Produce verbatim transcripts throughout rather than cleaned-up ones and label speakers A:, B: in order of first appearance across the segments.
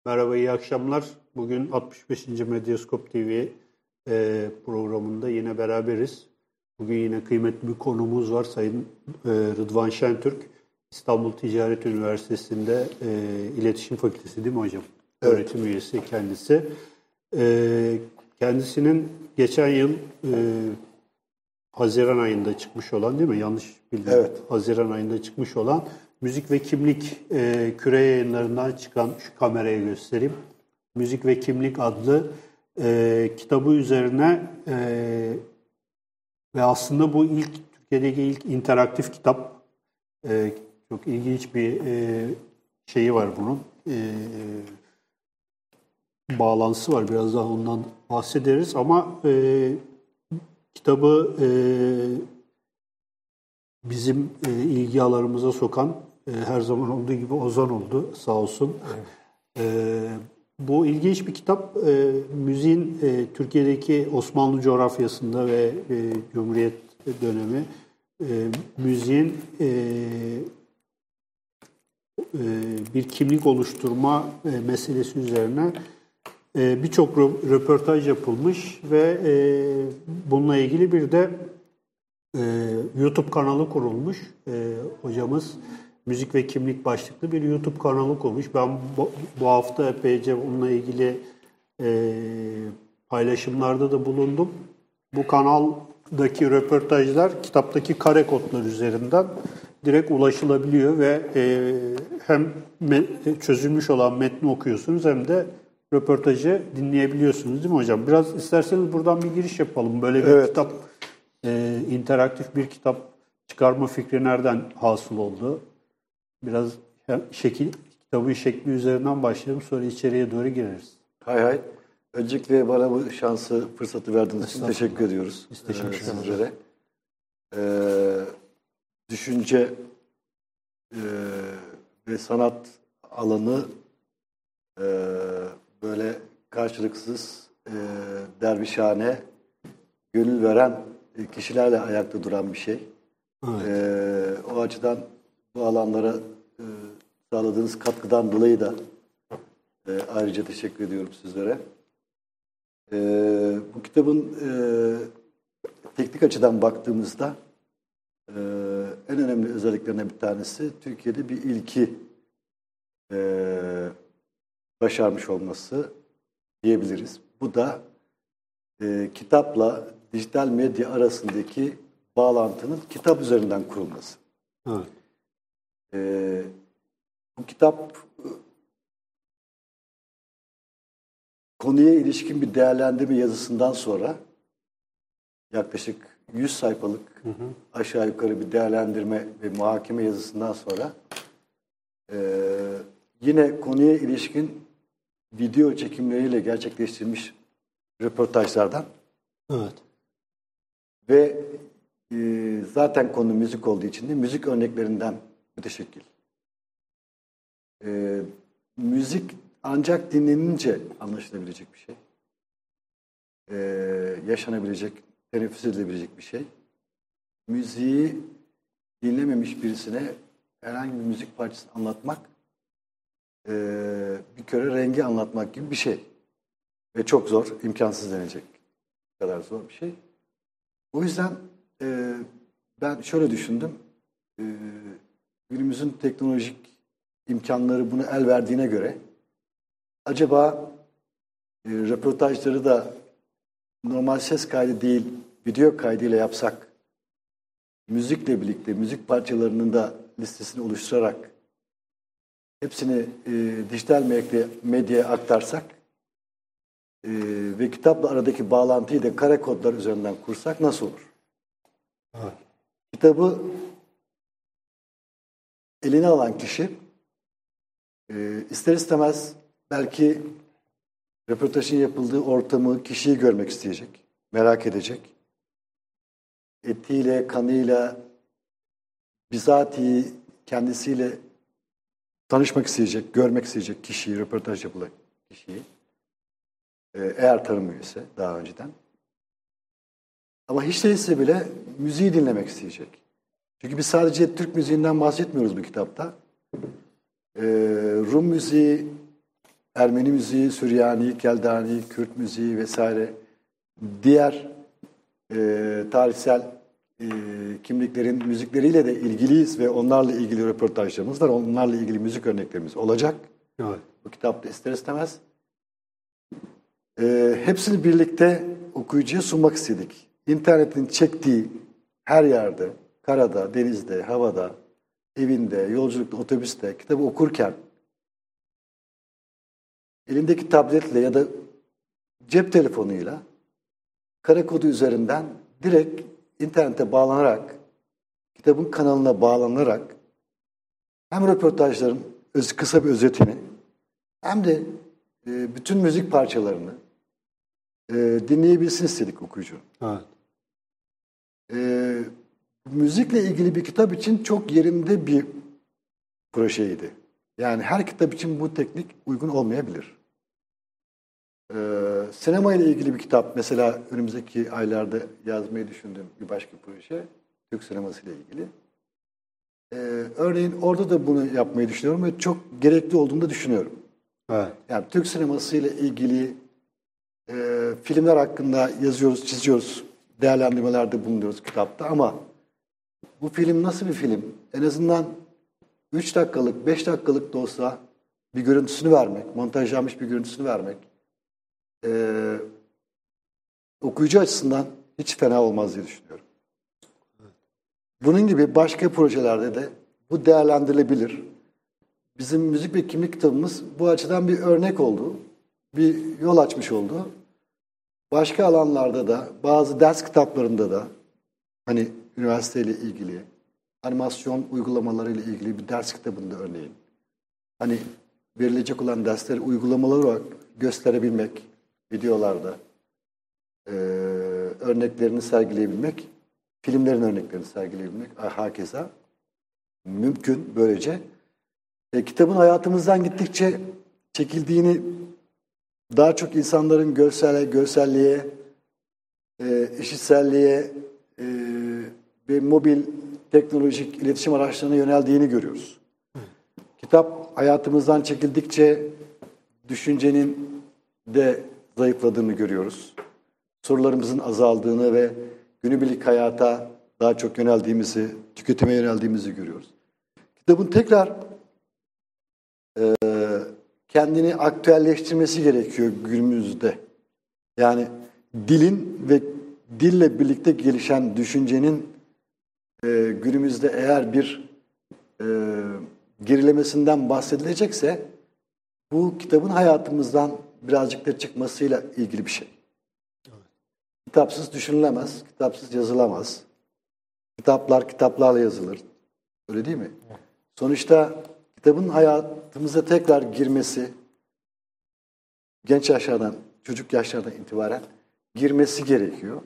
A: Merhaba, iyi akşamlar. Bugün altmış beşinci Medyaskop T V e, programında yine beraberiz. Bugün yine kıymetli bir konuğumuz var. Sayın e, Rıdvan Şentürk, İstanbul Ticaret Üniversitesi'nde e, İletişim Fakültesi değil mi hocam?
B: Evet.
A: Öğretim üyesi kendisi. E, kendisinin geçen yıl e, Haziran ayında çıkmış olan değil mi? Yanlış bilmiyorum.
B: Evet.
A: Haziran ayında çıkmış olan Müzik ve Kimlik e, Küre Yayınlarından çıkan, şu kameraya göstereyim. Müzik ve Kimlik adlı e, kitabı üzerine e, ve aslında bu ilk Türkiye'deki ilk interaktif kitap. E, çok ilginç bir e, şeyi var bunun. E, bağlantısı var. Biraz daha ondan bahsederiz ama e, kitabı e, bizim e, ilgi alanımıza sokan e, her zaman olduğu gibi Ozan oldu sağ olsun. Evet. E, bu ilginç bir kitap. E, müziğin e, Türkiye'deki Osmanlı coğrafyasında ve e, Cumhuriyet dönemi e, müziğin e, e, bir kimlik oluşturma e, meselesi üzerine e, birçok röportaj yapılmış ve e, bununla ilgili bir de Ee, YouTube kanalı kurulmuş. Ee, hocamız Müzik ve Kimlik başlıklı bir YouTube kanalı kurmuş. Ben bu, bu hafta epeyce onunla ilgili e, paylaşımlarda da bulundum. Bu kanaldaki röportajlar kitaptaki kare kodlar üzerinden direkt ulaşılabiliyor ve e, hem me- çözülmüş olan metni okuyorsunuz hem de röportajı dinleyebiliyorsunuz değil mi hocam? Biraz isterseniz buradan bir giriş yapalım. Böyle bir
B: Evet.
A: kitap Ee, interaktif bir kitap çıkarma fikri nereden hasıl oldu? Biraz şekil, kitabın şekli üzerinden başlayalım, sonra içeriye doğru gireriz.
B: Hay hay. Öncelikle bana bu şansı, fırsatı verdiğiniz için teşekkür ediyoruz.
A: Biz teşekkür ederiz.
B: Ee, sizlere. Ee, düşünce e, ve sanat alanı e, böyle karşılıksız, e, dervişhane, gönül veren kişilerle ayakta duran bir şey.
A: Evet.
B: Ee, o açıdan bu alanlara e, sağladığınız katkıdan dolayı da e, ayrıca teşekkür ediyorum sizlere. E, bu kitabın e, teknik açıdan baktığımızda e, en önemli özelliklerinden bir tanesi Türkiye'de bir ilki e, başarmış olması diyebiliriz. Bu da e, kitapla dijital medya arasındaki bağlantının kitap üzerinden kurulması.
A: Evet.
B: Ee, bu kitap konuya ilişkin bir değerlendirme yazısından sonra yaklaşık yüz sayfalık hı hı. aşağı yukarı bir değerlendirme ve muhakeme yazısından sonra e, yine konuya ilişkin video çekimleriyle gerçekleştirilmiş röportajlardan
A: evet.
B: Ve e, zaten konu müzik olduğu için de müzik örneklerinden müteşekkil. E, müzik ancak dinlenince anlaşılabilecek bir şey. E, yaşanabilecek, teneffüs edilebilecek bir şey. Müziği dinlememiş birisine herhangi bir müzik parçasını anlatmak, e, bir köre rengi anlatmak gibi bir şey. Ve çok zor, imkansız denecek kadar zor bir şey. O yüzden e, ben şöyle düşündüm. E, günümüzün teknolojik imkanları bunu el verdiğine göre acaba e, röportajları da normal ses kaydı değil, video kaydıyla yapsak, müzikle birlikte müzik parçalarının da listesini oluşturarak hepsini e, dijital medya, medyaya aktarsak e, ve kitapla aradaki bağlantıyı da kare kodlar üzerinden kursak nasıl olur?
A: Evet.
B: Kitabı eline alan kişi e, ister istemez belki röportajın yapıldığı ortamı, kişiyi görmek isteyecek, merak edecek. Etiyle, kanıyla, bizatihi kendisiyle tanışmak isteyecek, görmek isteyecek kişiyi, röportaj yapılan kişiyi. E, eğer tanımıyorsa daha önceden. Ama hiç değilse bile müziği dinlemek isteyecek. Çünkü biz sadece Türk müziğinden bahsetmiyoruz bu kitapta. Ee, Rum müziği, Ermeni müziği, Süryani, Keldani, Kürt müziği vesaire diğer e, tarihsel e, kimliklerin müzikleriyle de ilgiliyiz ve onlarla ilgili röportajlarımız var. Onlarla ilgili müzik örneklerimiz olacak.
A: Evet.
B: Bu kitapta ister istemez. E, hepsini birlikte okuyucuya sunmak istedik. İnternetin çektiği her yerde, karada, denizde, havada, evinde, yolculukta, otobüste kitabı okurken elindeki tabletle ya da cep telefonuyla kare kodu üzerinden direkt internete bağlanarak, kitabın kanalına bağlanarak hem röportajların öz, kısa bir özetini hem de e, bütün müzik parçalarını e, dinleyebilsin istedik okuyucu.
A: Evet.
B: E, müzikle ilgili bir kitap için çok yerinde bir projeydi. Yani her kitap için bu teknik uygun olmayabilir. Ee, sinema ile ilgili bir kitap, mesela önümüzdeki aylarda yazmayı düşündüğüm bir başka proje, Türk sineması ile ilgili. Ee, örneğin orada da bunu yapmayı düşünüyorum ve çok gerekli olduğunu da düşünüyorum.
A: Evet.
B: Yani Türk sineması ile ilgili e, filmler hakkında yazıyoruz, çiziyoruz, değerlendirmelerde bulunuyoruz kitapta ama bu film nasıl bir film? En azından üç dakikalık, beş dakikalık da olsa bir görüntüsünü vermek, montajlanmış bir görüntüsünü vermek Ee, okuyucu açısından hiç fena olmaz diye düşünüyorum. Bunun gibi başka projelerde de bu değerlendirilebilir. Bizim müzik ve kimlik kitabımız bu açıdan bir örnek oldu. Bir yol açmış oldu. Başka alanlarda da, bazı ders kitaplarında da, hani üniversiteyle ilgili, animasyon uygulamalarıyla ilgili bir ders kitabında örneğin, hani verilecek olan dersleri uygulamalar olarak gösterebilmek, videolarda e, örneklerini sergileyebilmek, filmlerin örneklerini sergileyebilmek hakeza mümkün böylece. E, kitabın hayatımızdan gittikçe çekildiğini daha çok insanların görsel, görselliğe, e, eşitselliğe e, ve mobil teknolojik iletişim araçlarına yöneldiğini görüyoruz. Kitap hayatımızdan çekildikçe düşüncenin de zayıfladığını görüyoruz. Sorularımızın azaldığını ve günübirlik hayata daha çok yöneldiğimizi, tüketime yöneldiğimizi görüyoruz. Kitabın tekrar e, kendini aktüelleştirmesi gerekiyor günümüzde. Yani dilin ve dille birlikte gelişen düşüncenin e, günümüzde eğer bir e, gerilemesinden bahsedilecekse bu kitabın hayatımızdan birazcık da çıkmasıyla ilgili bir şey. Evet. Kitapsız düşünülemez, kitapsız yazılamaz. Kitaplar kitaplarla yazılır. Öyle değil mi? Evet. Sonuçta kitabın hayatımıza tekrar girmesi, genç yaşlardan, çocuk yaşlardan itibaren girmesi gerekiyor.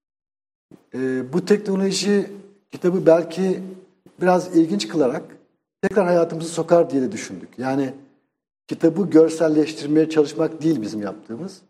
B: Ee, bu teknoloji kitabı belki biraz ilginç kılarak tekrar hayatımızı sokar diye de düşündük. Yani kitabı görselleştirmeye çalışmak değil bizim yaptığımız.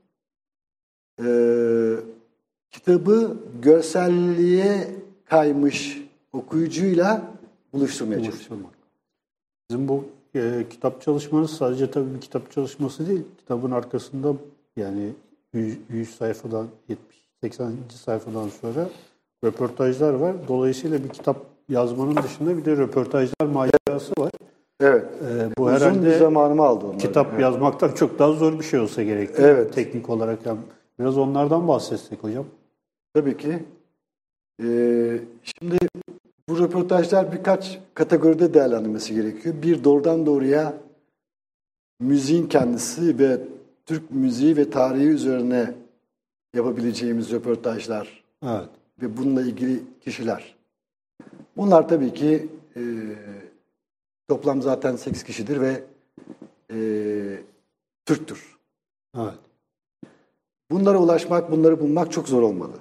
B: Ee, kitabı görselliğe kaymış okuyucuyla buluşturmaya çalışmak.
A: Bizim bu e, kitap çalışmanız sadece tabii bir kitap çalışması değil. Kitabın arkasında yani yüz, yüz sayfadan yetmiş seksen sayfadan sonra röportajlar var. Dolayısıyla bir kitap yazmanın dışında bir de röportajlar macerası var.
B: Evet.
A: Ee, bu
B: Uzun
A: herhalde
B: bir zamanımı aldı onları.
A: Kitap
B: evet.
A: yazmaktan çok daha zor bir şey olsa gerek.
B: Evet.
A: Teknik olarak. Yani biraz onlardan bahsetsek hocam.
B: Tabii ki. Ee, şimdi bu röportajlar birkaç kategoride değerlendirmesi gerekiyor. Bir, doğrudan doğruya müziğin kendisi ve Türk müziği ve tarihi üzerine yapabileceğimiz röportajlar.
A: Evet.
B: Ve bununla ilgili kişiler. Bunlar tabii ki e, toplam zaten sekiz kişidir ve e, Türktür.
A: Evet.
B: Bunlara ulaşmak, bunları bulmak çok zor olmalı.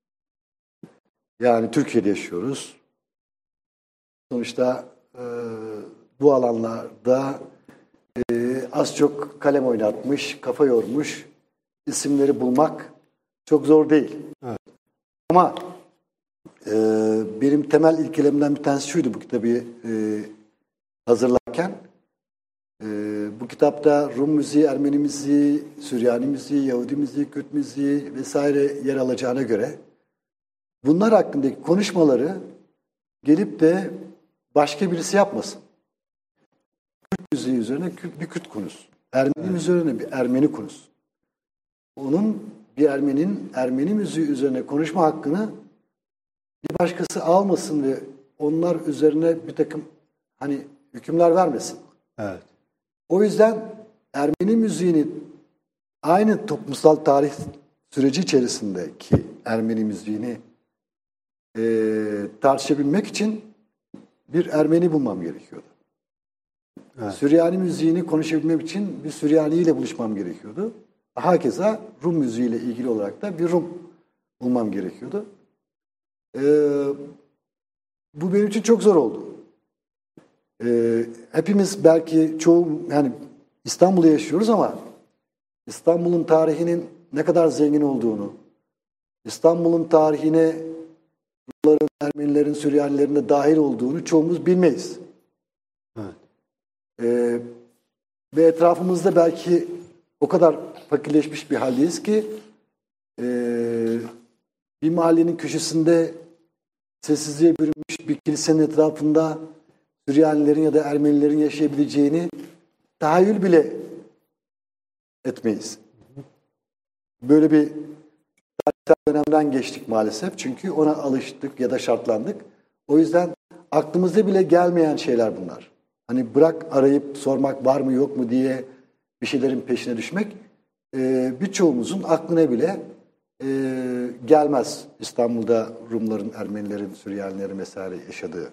B: Yani Türkiye'de yaşıyoruz. Sonuçta e, bu alanlarda e, az çok kalem oynatmış, kafa yormuş isimleri bulmak çok zor değil.
A: Evet.
B: Ama e, benim temel ilkelerimden bir tanesi şuydu bu kitabı e, hazırlarken. Ee, bu kitapta Rum müziği, Ermeni müziği, Süryani müziği, Yahudi müziği, Kürt müziği vesaire yer alacağına göre bunlar hakkındaki konuşmaları gelip de başka birisi yapmasın. Kürt müziği üzerine bir Kürt konusu. Ermeni evet. üzerine bir Ermeni konusu. Onun bir Ermeninin Ermeni müziği üzerine konuşma hakkını bir başkası almasın ve onlar üzerine bir takım hani hükümler vermesin.
A: Evet.
B: O yüzden Ermeni müziğinin aynı toplumsal tarih süreci içerisindeki Ermeni müziğini e, tartışabilmek için bir Ermeni bulmam gerekiyordu. Evet. Süryani müziğini konuşabilmem için bir Süryani ile buluşmam gerekiyordu. Hakeza Rum müziğiyle ilgili olarak da bir Rum bulmam gerekiyordu. Ee, bu benim için çok zor oldu. Ee, hepimiz belki çoğu yani İstanbul'da yaşıyoruz ama İstanbul'un tarihinin ne kadar zengin olduğunu, İstanbul'un tarihine Rumların, Ermenilerin, Süryanilerin de dahil olduğunu çoğumuz bilmeyiz. Evet. Ee, ve etrafımızda belki o kadar fakirleşmiş bir haldeyiz ki e, bir mahallenin köşesinde sessizliğe bürünmüş bir kilisenin etrafında Süryanilerin ya da Ermenilerin yaşayabileceğini tahayyül bile etmeyiz. Böyle bir tarihsel dönemden geçtik maalesef. Çünkü ona alıştık ya da şartlandık. O yüzden aklımıza bile gelmeyen şeyler bunlar. Hani bırak arayıp sormak var mı yok mu diye bir şeylerin peşine düşmek e, birçoğumuzun aklına bile e, gelmez. İstanbul'da Rumların, Ermenilerin, Süryanilerin vesaire yaşadığı.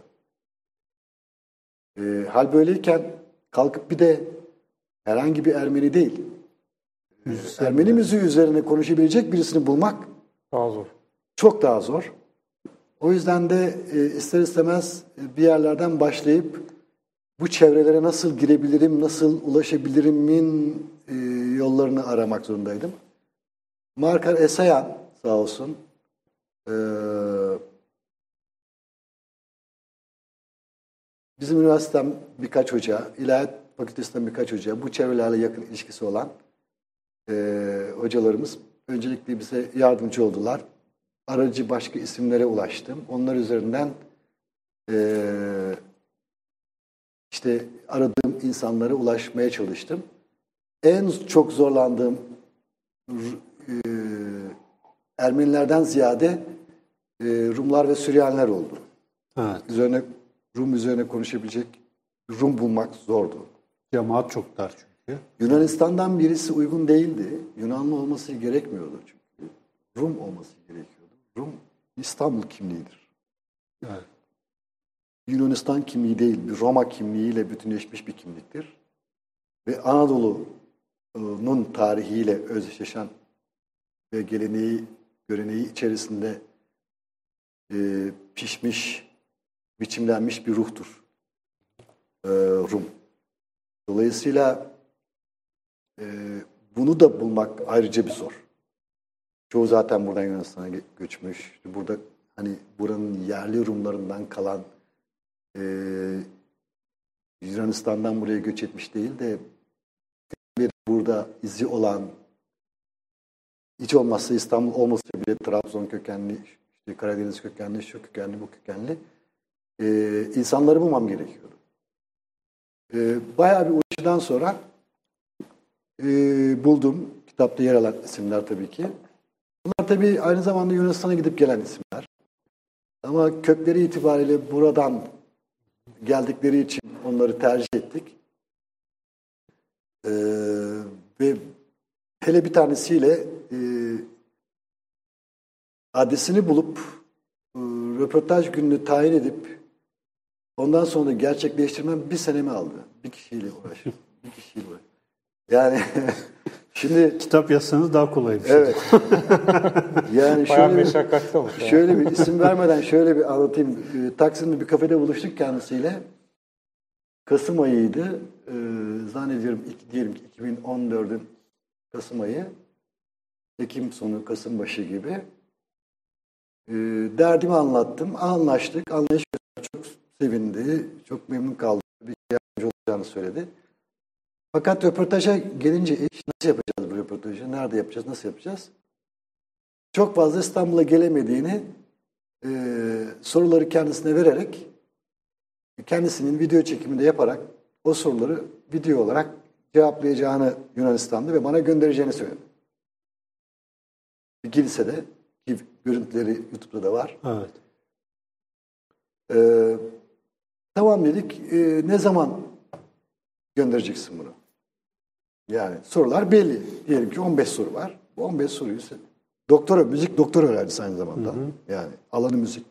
B: E, hal böyleyken kalkıp bir de herhangi bir Ermeni değil, Müzisyen Ermeni yani. müziği üzerine konuşabilecek birisini bulmak
C: daha zor. Çok
B: daha zor. O yüzden de e, ister istemez bir yerlerden başlayıp bu çevrelere nasıl girebilirim, nasıl ulaşabilirimin e, yollarını aramak zorundaydım. Markar Esayan sağ olsun e, bizim üniversiteden birkaç hoca, İlahiyat Fakültesinden birkaç hoca, bu çevrelerle yakın ilişkisi olan e, hocalarımız öncelikle bize yardımcı oldular. Aracı başka isimlere ulaştım. Onlar üzerinden e, işte aradığım insanlara ulaşmaya çalıştım. En çok zorlandığım e, Ermenilerden ziyade e, Rumlar ve Süryaniler oldu.
A: Evet.
B: Üzerine Rum üzerine konuşabilecek Rum bulmak zordu.
A: Cemaat çok dar çünkü.
B: Yunanistan'dan birisi uygun değildi. Yunanlı olması gerekmiyordu çünkü. Rum olması gerekiyordu. Rum İstanbul kimliğidir.
A: Evet.
B: Yunanistan kimliği değil, bir Roma kimliğiyle bütünleşmiş bir kimliktir. Ve Anadolu'nun tarihiyle özdeşleşen ve geleneği, göreneği içerisinde e, pişmiş, biçimlenmiş bir ruhtur e, Rum. Dolayısıyla e, bunu da bulmak ayrıca bir zor. Çoğu zaten buradan Yunanistan'a göçmüş. Burada hani buranın yerli Rumlarından kalan Ee, Yunanistan'dan buraya göç etmiş değil de bir burada izi olan, hiç olmazsa İstanbul olmasa bile Trabzon kökenli, işte Karadeniz kökenli, şu kökenli, bu kökenli ee, insanları bulmam gerekiyordu. Ee, bayağı bir uğraşıdan sonra e, buldum. Kitapta yer alan isimler tabii ki. Bunlar tabii aynı zamanda Yunanistan'a gidip gelen isimler. Ama kökleri itibariyle buradan geldikleri için onları tercih ettik. Ee, ve hele bir tanesiyle e, adresini bulup e, röportaj gününü tayin edip ondan sonra gerçekleştirmem bir senemi aldı. Bir kişiyle uğraştım. Bir kişiyle uğraştım. Yani şimdi
A: kitap yazsanız daha kolay bir şey.
B: Evet. Yani şöyle bir, şöyle bir isim vermeden şöyle bir anlatayım. Taksim'de bir kafede buluştuk kendisiyle. Kasım ayıydı. Ee, zannediyorum diyelim ki iki bin on dördün Kasım ayı. Ekim sonu, Kasım başı gibi. Ee, derdimi anlattım. Anlaştık. Anlayış çok sevindi. Çok memnun kaldı. Bir yardımcı olacağını söyledi. Fakat röportaja gelince iş nasıl yapacağız bu röportajı? Nerede yapacağız? Nasıl yapacağız? Çok fazla İstanbul'a gelemediğini e, soruları kendisine vererek kendisinin video çekiminde yaparak o soruları video olarak cevaplayacağını Yunanistan'da ve bana göndereceğini söyledi. Bir kilisede ki görüntüleri YouTube'da da var.
A: Evet.
B: Ee, tamam dedik. Ee, ne zaman göndereceksin bunu? Yani sorular belli. Diyelim ki on beş soru var. Bu on beş soruyu sen doktora, müzik doktor öğrencisi aynı zamanda. Hı hı. Yani alanı müzik.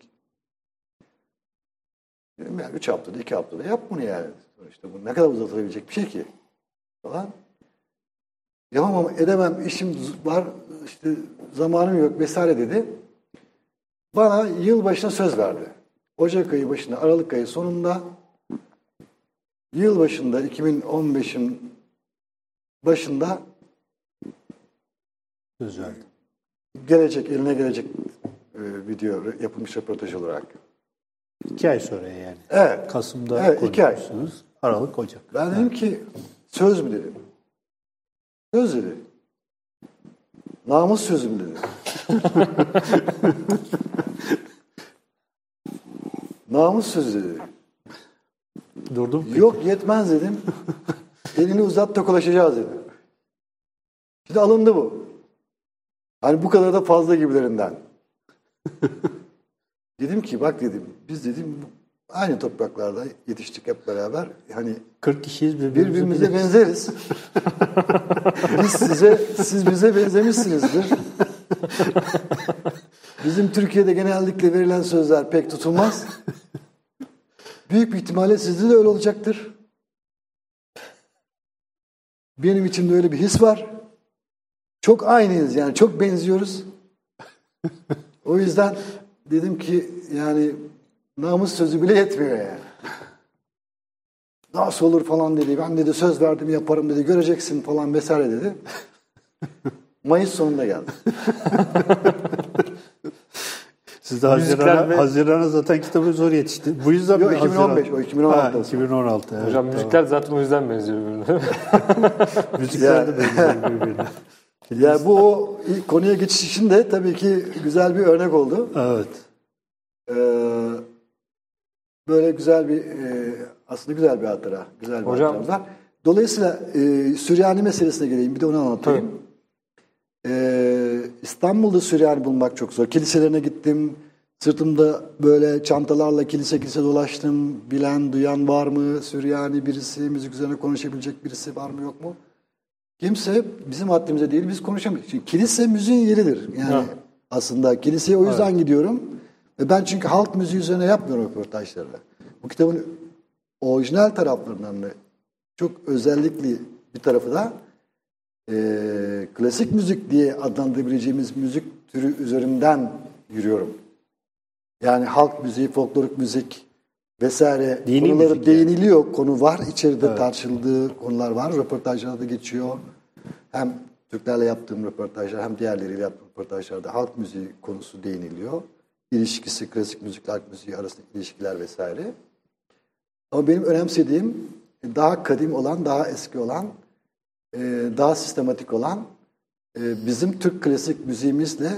B: Yani üç haftada, iki haftada yap bunu yani. İşte bu ne kadar uzatılabilecek bir şey ki? Falan. Yapamam, edemem, işim var, işte zamanım yok vesaire dedi. Bana yılbaşına söz verdi. Ocak ayı başında, Aralık ayı sonunda, yılbaşında iki bin on beşin başında
A: söz verdi.
B: Gelecek, eline gelecek e, video yapılmış röportaj olarak.
A: İki ay sonra yani.
B: Evet.
A: Kasım'da
B: evet, iki ay.
A: Aralık, Ocak.
B: Ben dedim ki söz mü dedim. Söz dedi. Namus sözüm dedi. Namus sözü dedi.
A: Durdum peki.
B: Yok yetmez dedim. Elini uzat tokalaşacağız dedi. Şimdi alındı bu. Hani bu kadar da fazla gibilerinden. Dedim ki bak dedim biz dedim aynı topraklarda yetiştik hep beraber. Hani
A: kırk kişiyiz birbirimize,
B: birbirimize benzeriz. Biz size, siz bize benzemişsinizdir. Bizim Türkiye'de genellikle verilen sözler pek tutulmaz. Büyük bir ihtimalle sizde de öyle olacaktır. Benim içimde öyle bir his var. Çok aynıyız yani çok benziyoruz. O yüzden dedim ki yani namus sözü bile yetmiyor yani. Nasıl olur falan dedi. Ben dedi söz verdim yaparım dedi. Göreceksin falan vesaire dedi. Mayıs sonunda geldi.
A: Siz de Haziran'a, ve... Haziran'a zaten kitabı zor yetişti. Bu yüzden
B: Yok, iki bin on beş,
A: Haziran...
B: o iki bin on altı.
A: Ha, iki bin on altı evet,
C: hocam
A: tamam.
C: müzikler zaten o yüzden benziyor birbirine.
A: Müzikler de benziyor birbirine.
B: Yani bu o ilk konuya geçiş için de tabii ki güzel bir örnek oldu.
A: Evet.
B: Ee, böyle güzel bir e, aslında güzel bir hatıra. Güzel bir
C: hocam
B: var. Dolayısıyla e, Süryani meselesine geleyim. Bir de onu anlatayım. Ee, İstanbul'da Süryani bulmak çok zor. Kiliselerine gittim. Sırtımda böyle çantalarla kilise kilise dolaştım. Bilen, duyan var mı? Süryani birisi, müzik üzerine konuşabilecek birisi var mı yok mu? Kimse bizim haddimize değil, biz konuşamayız. Çünkü kilise müziğin yeridir. Yani ha. aslında kiliseye o yüzden evet. gidiyorum. Ve ben çünkü halk müziği üzerine yapmıyorum röportajlarla. Bu kitabın orijinal taraflarından da çok özellikli bir tarafı da e, klasik müzik diye adlandırabileceğimiz müzik türü üzerinden yürüyorum. Yani halk müziği, folklorik müzik vesaire Dini konuları değiniliyor. Yani. Konu var. İçeride evet. tartışıldığı konular var. Röportajlarda geçiyor. Hem Türklerle yaptığım röportajlar hem diğerleriyle yaptığım röportajlarda halk müziği konusu değiniliyor. İlişkisi, klasik müzikle halk müziği arasındaki ilişkiler vesaire. Ama benim önemsediğim daha kadim olan, daha eski olan, daha sistematik olan bizim Türk klasik müziğimizle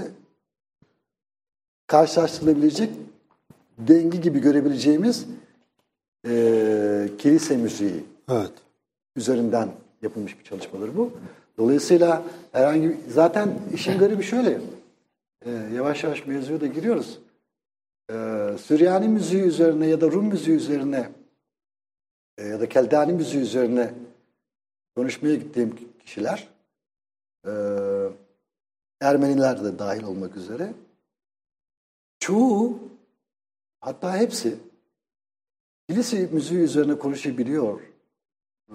B: karşılaştırılabilecek dengi gibi görebileceğimiz e, kilise müziği
A: evet.
B: üzerinden yapılmış bir çalışmadır bu. Dolayısıyla herhangi zaten işin garibi şöyle e, yavaş yavaş mevzuya da giriyoruz. E, Süryani müziği üzerine ya da Rum müziği üzerine e, ya da Keldani müziği üzerine konuşmaya gittiğim kişiler e, Ermeniler de dahil olmak üzere çoğu hatta hepsi kilise müziği üzerine konuşabiliyor e,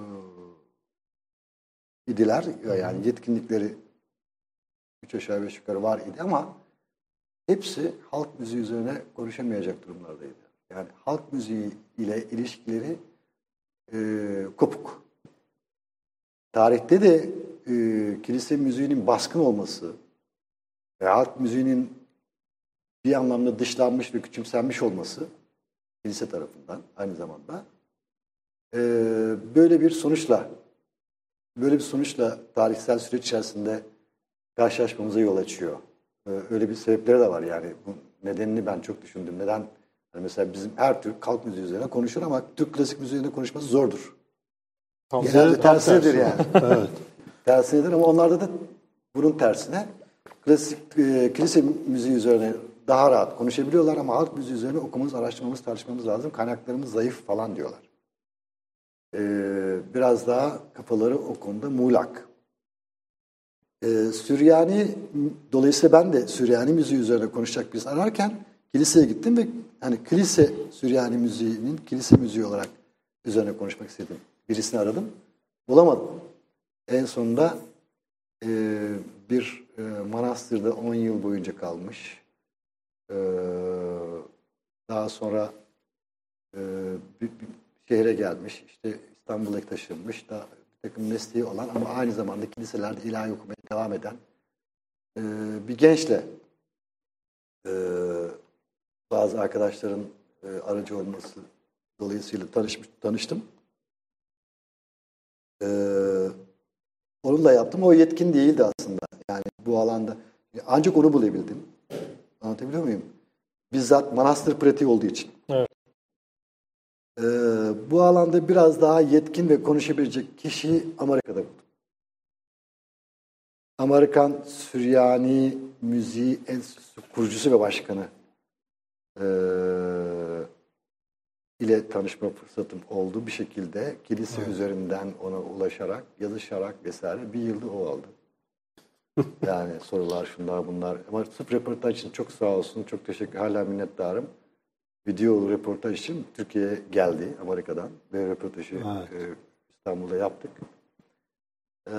B: idiler. Yani yetkinlikleri üç aşağı beş yukarı var idi ama hepsi halk müziği üzerine konuşamayacak durumlardaydı. Yani halk müziği ile ilişkileri e, kopuk. Tarihte de e, kilise müziğinin baskın olması ve halk müziğinin bir anlamda dışlanmış ve küçümsenmiş olması kilise tarafından aynı zamanda e, böyle bir sonuçla böyle bir sonuçla tarihsel süreç içerisinde karşılaşmamıza yol açıyor. Ee, öyle bir sebepleri de var yani. Bu nedenini ben çok düşündüm. Neden? Yani mesela bizim her Türk halk müziği üzerine konuşur ama Türk klasik müziği üzerine konuşması zordur.
C: Tam
B: Genelde
A: tam
B: tersidir
A: tersi.
B: yani.
A: Evet.
B: Tersidir ama onlarda da bunun tersine klasik e, kilise müziği üzerine daha rahat konuşabiliyorlar ama halk müziği üzerine okumamız, araştırmamız, tartışmamız lazım. Kaynaklarımız zayıf falan diyorlar. Ee, biraz daha kafaları o konuda muğlak. Ee, Süryani, dolayısıyla ben de Süryani müziği üzerine konuşacak birisi ararken kiliseye gittim ve hani kilise Süryani müziğinin kilise müziği olarak üzerine konuşmak istedim. Birisini aradım. Bulamadım. En sonunda e, bir e, manastırda on yıl boyunca kalmış. E, daha sonra e, bir, bir şehre gelmiş. İşte İstanbul'a taşınmış da bir takım mesleği olan ama aynı zamanda kiliselerde ilahi okumaya devam eden e, bir gençle e, bazı arkadaşların e, aracı olması dolayısıyla tanışmış, tanıştım. E, onunla yaptım. O yetkin değildi aslında. Yani bu alanda. Ancak onu bulabildim. Anlatabiliyor muyum? Bizzat manastır pratiği olduğu için.
C: Evet.
B: Ee, bu alanda biraz daha yetkin ve konuşabilecek kişiyi Amerika'da buldum. Amerikan Süryani Müziği Enstitüsü kurucusu ve başkanı ee, ile tanışma fırsatım oldu. Bir şekilde kilise evet. üzerinden ona ulaşarak, yazışarak vesaire bir yılda o aldı. Yani sorular, şunlar, bunlar. Ama sırf röportaj için çok sağ olsun, çok teşekkür, hala minnettarım. Video röportaj için Türkiye'ye geldi Amerika'dan ve röportajı evet. e, İstanbul'da yaptık. E,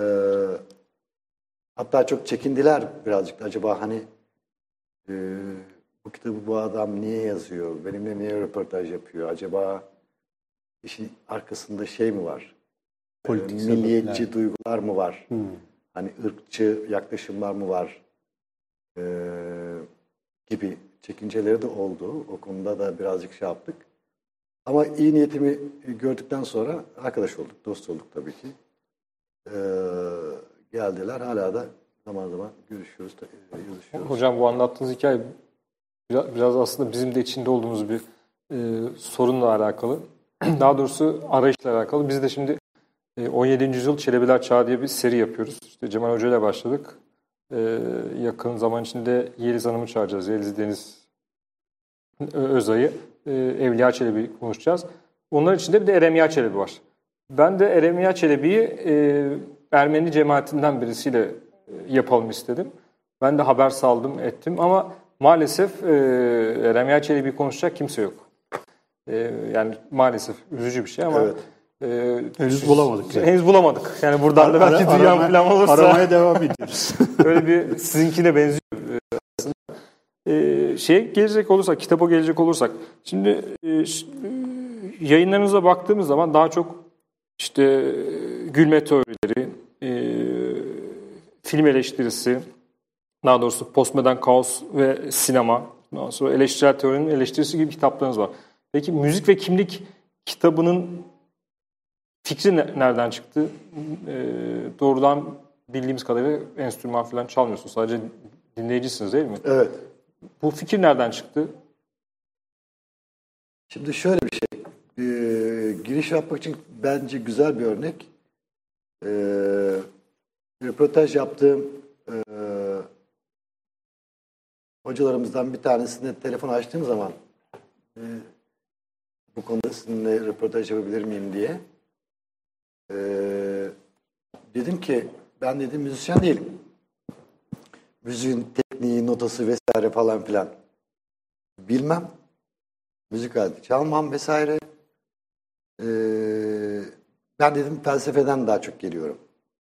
B: hatta çok çekindiler birazcık. Acaba hani e, bu kitabı bu adam niye yazıyor? Benimle niye röportaj yapıyor? Acaba işin arkasında şey mi var? Politik e, milliyetçi sebepler. Duygular mı var? Hmm. Hani ırkçı yaklaşımlar mı var? E, gibi çekinceleri de oldu. O konuda da birazcık şey yaptık. Ama iyi niyetimi gördükten sonra arkadaş olduk, dost olduk tabii ki. Ee, geldiler. Hala da zaman zaman görüşüyoruz, yazışıyoruz.
C: Hocam bu anlattığınız hikaye biraz, biraz aslında bizim de içinde olduğumuz bir e, sorunla alakalı. Daha doğrusu arayışla alakalı. Biz de şimdi e, on yedinci yüzyıl Çelebiler Çağı diye bir seri yapıyoruz. İşte Cemal Hoca ile başladık. Ee, yakın zaman içinde Yeliz Hanım'ı çağıracağız. Yeliz Deniz Özay'ı, e, Evliya Çelebi konuşacağız. Onların içinde bir de Eremya Çelebi var. Ben de Eremya Çelebi'yi e, Ermeni cemaatinden birisiyle e, yapalım istedim. Ben de haber saldım, ettim ama maalesef e, Eremya Çelebi'yi konuşacak kimse yok. E, yani maalesef üzücü bir şey ama
B: evet.
A: Ee, henüz bulamadık.
C: Yani. Henüz bulamadık. Yani buradan da belki
A: ara,
C: dünya falan olursa.
A: Aramaya devam ediyoruz.
C: Öyle bir sizinkine benziyor aslında. Ee, şeye gelecek olursak, kitaba gelecek olursak. Şimdi e, yayınlarınıza baktığımız zaman daha çok işte gülme teorileri, e, film eleştirisi, daha doğrusu postmodern kaos ve sinema, ondan sonra eleştirel teorinin eleştirisi gibi kitaplarınız var. Peki müzik ve kimlik kitabının fikri nereden çıktı? E, doğrudan bildiğimiz kadarıyla enstrüman falan çalmıyorsunuz. Sadece dinleyicisiniz değil mi?
B: Evet.
C: Bu fikir nereden çıktı?
B: Şimdi şöyle bir şey. Ee, giriş yapmak için bence güzel bir örnek. Ee, röportaj yaptığım e, hocalarımızdan bir tanesine telefon açtığım zaman e, bu konuda sizinle röportaj yapabilir miyim diye Ee, dedim ki ben dedim müzisyen değilim. Müziğin tekniği, notası vesaire falan filan bilmem. Müzik aleti çalmam vesaire. Ee, ben dedim felsefeden daha çok geliyorum.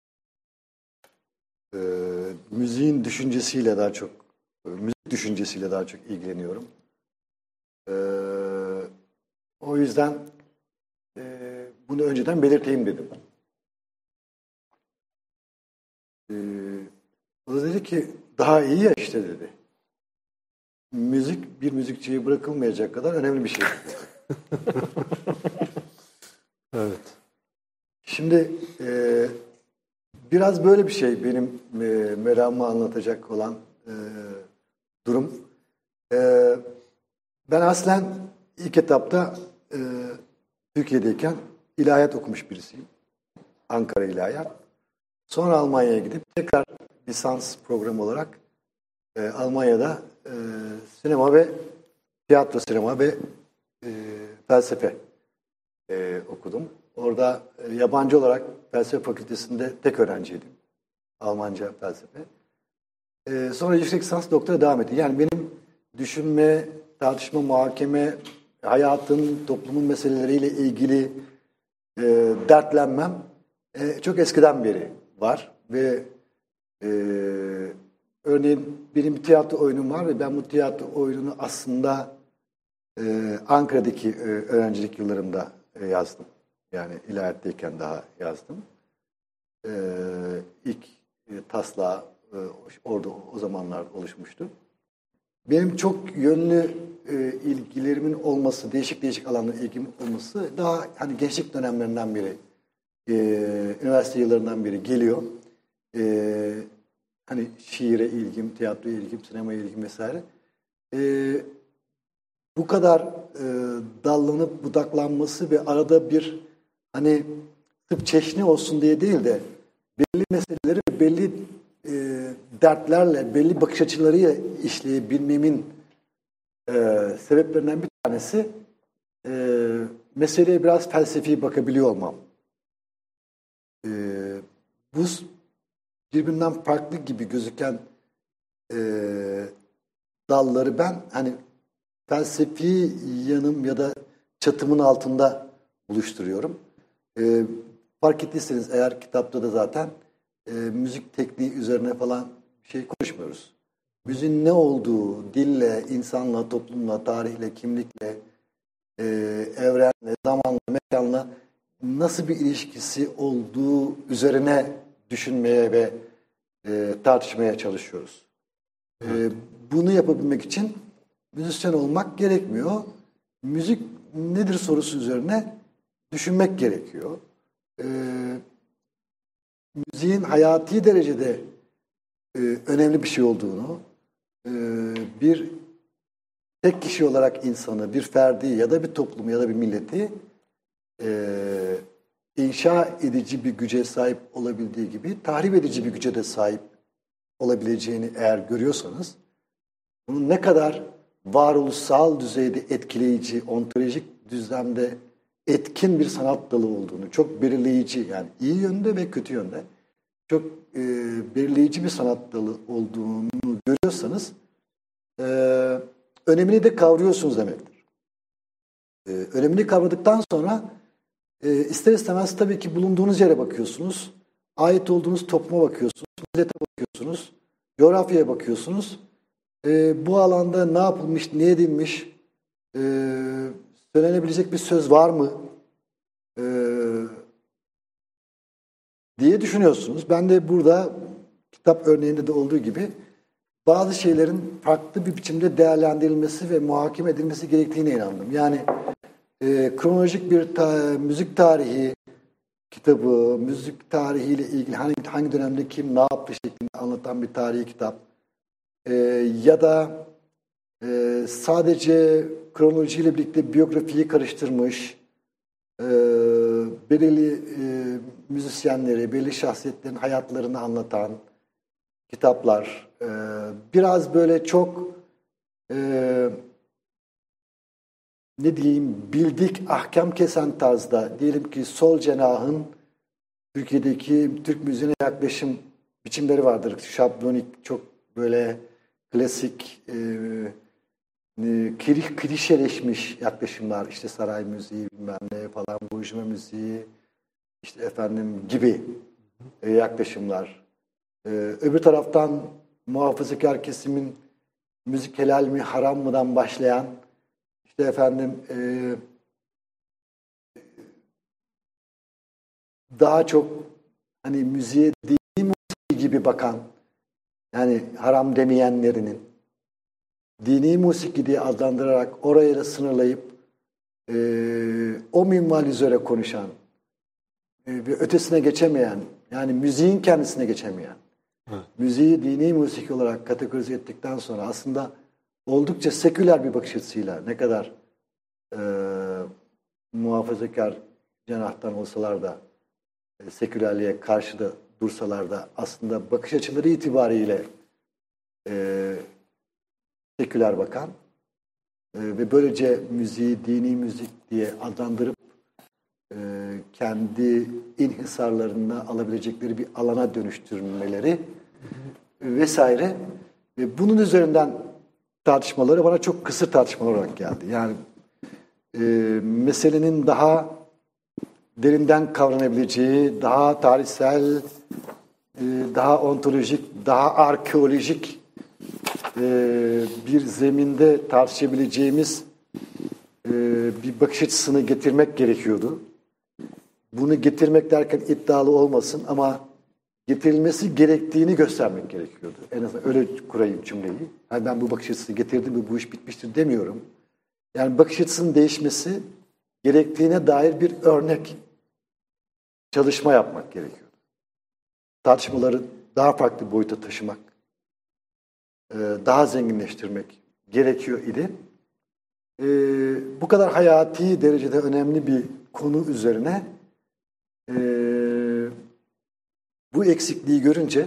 B: Ee, müziğin düşüncesiyle daha çok, müzik düşüncesiyle daha çok ilgileniyorum. Ee, o yüzden e, bunu önceden belirteyim dedim. Ee, o da dedi ki daha iyi ya işte dedi. Müzik bir müzikçiye bırakılmayacak kadar önemli bir şey.
A: Evet.
B: Şimdi e, biraz böyle bir şey benim e, meramı anlatacak olan e, durum. E, ben aslen ilk etapta e, Türkiye'deyken ilahiyat okumuş birisiyim. Ankara İlahiyat. Sonra Almanya'ya gidip tekrar lisans programı olarak e, Almanya'da e, sinema ve tiyatro sinema ve e, felsefe e, okudum. Orada e, yabancı olarak felsefe fakültesinde tek öğrenciydim. Almanca felsefe. E, sonra yüksek lisans doktora devam etti. Yani benim düşünme, tartışma, muhakeme, hayatın, toplumun meseleleriyle ilgili e, dertlenmem e, çok eskiden beri var. Ve e, örneğin benim bir tiyatro oyunum var ve ben bu tiyatro oyununu aslında e, Ankara'daki e, öğrencilik yıllarımda e, yazdım. Yani ilahiyattayken daha yazdım. E, ilk e, taslağı e, orada o zamanlar oluşmuştu. Benim çok yönlü e, ilgilerimin olması, değişik değişik alanlara ilgim olması daha hani gençlik dönemlerinden beri, e, üniversite yıllarından beri geliyor. E, hani şiire ilgim, tiyatroya ilgim, sinemaya ilgim vesaire. E, bu kadar e, dallanıp budaklanması ve arada bir hani tıp çeşni olsun diye değil de belli meseleleri belli e, dertlerle, belli bakış açılarıyla işleyebilmemin e, sebeplerinden bir tanesi e, meseleye biraz felsefi bakabiliyor olmam. E, bu birbirinden farklı gibi gözüken e, dalları ben hani felsefi yanım ya da çatımın altında buluşturuyorum. E, fark ettiyseniz eğer kitapta da zaten e, müzik tekniği üzerine falan bir şey konuşmuyoruz. Müziğin ne olduğu, dille, insanla, toplumla, tarihle, kimlikle, e, evrenle, zamanla, mekanla nasıl bir ilişkisi olduğu üzerine düşünmeye ve e, tartışmaya çalışıyoruz. E, bunu yapabilmek için müzisyen olmak gerekmiyor. Müzik nedir sorusu üzerine düşünmek gerekiyor. E, müziğin hayati derecede e, önemli bir şey olduğunu, e, bir tek kişi olarak insanı, bir ferdi ya da bir toplumu ya da bir milleti e, inşa edici bir güce sahip olabildiği gibi tahrip edici bir güce de sahip olabileceğini eğer görüyorsanız, bunun ne kadar varoluşsal düzeyde etkileyici, ontolojik düzlemde etkin bir sanat dalı olduğunu, çok belirleyici, yani iyi yönde ve kötü yönde çok e, belirleyici bir sanat dalı olduğunu görüyorsanız e, önemini de kavruyorsunuz demektir. E, önemini kavradıktan sonra e, ister istemez tabii ki bulunduğunuz yere bakıyorsunuz, ait olduğunuz topluma bakıyorsunuz, millete bakıyorsunuz, coğrafyaya bakıyorsunuz. E, bu alanda ne yapılmış, ne edilmiş, e, söylenebilecek bir söz var mı e, diye düşünüyorsunuz. Ben de burada kitap örneğinde de olduğu gibi bazı şeylerin farklı bir biçimde değerlendirilmesi ve muhakeme edilmesi gerektiğine inandım. Yani e, kronolojik bir ta- müzik tarihi kitabı, müzik tarihiyle ilgili hangi, hangi dönemde kim ne yaptı şeklinde anlatan bir tarihi kitap e, ya da e, sadece kronolojiyle birlikte biyografiyi karıştırmış e, belirli e, müzisyenleri, belirli şahsiyetlerin hayatlarını anlatan kitaplar, e, biraz böyle çok e, ne diyeyim, bildik, ahkam kesen tarzda, diyelim ki sol cenahın Türkiye'deki Türk müziğine yaklaşım biçimleri vardır. Şablonik, çok böyle klasik, e, e, klişeleşmiş yaklaşımlar, işte saray müziği, bilmem ne falan, burjuva müziği, işte efendim gibi e, yaklaşımlar. E, öbür taraftan muhafazakar kesimin müzik helal mi, haram mıdan başlayan, İşte efendim e, daha çok hani müziğe dini musiki gibi bakan, yani haram demeyenlerinin dini musiki diye adlandırarak oraya da sınırlayıp e, o minval üzere konuşan e, bir ötesine geçemeyen, yani müziğin kendisine geçemeyen, evet. müziği dini musiki olarak kategorize ettikten sonra aslında oldukça seküler bir bakış açısıyla ne kadar e, muhafazakar cenahtan olsalar da e, sekülerliğe karşı da dursalar da aslında bakış açıları itibariyle e, seküler bakan e, ve böylece müziği dini müzik diye adlandırıp e, kendi inhisarlarına alabilecekleri bir alana dönüştürmeleri e, vesaire ve bunun üzerinden tartışmaları bana çok kısır tartışmalar olarak geldi. Yani e, meselenin daha derinden kavranabileceği, daha tarihsel, e, daha ontolojik, daha arkeolojik e, bir zeminde tartışabileceğimiz e, bir bakış açısını getirmek gerekiyordu. Bunu getirmek derken iddialı olmasın ama getirilmesi gerektiğini göstermek gerekiyordu. En azından öyle kurayım cümleyi. Yani ben bu bakış açısını getirdim ve bu iş bitmiştir demiyorum. Yani bakış açısının değişmesi gerektiğine dair bir örnek çalışma yapmak gerekiyordu. Tartışmaları daha farklı boyuta taşımak, daha zenginleştirmek gerekiyor idi. Bu kadar hayati derecede önemli bir konu üzerine bu eksikliği görünce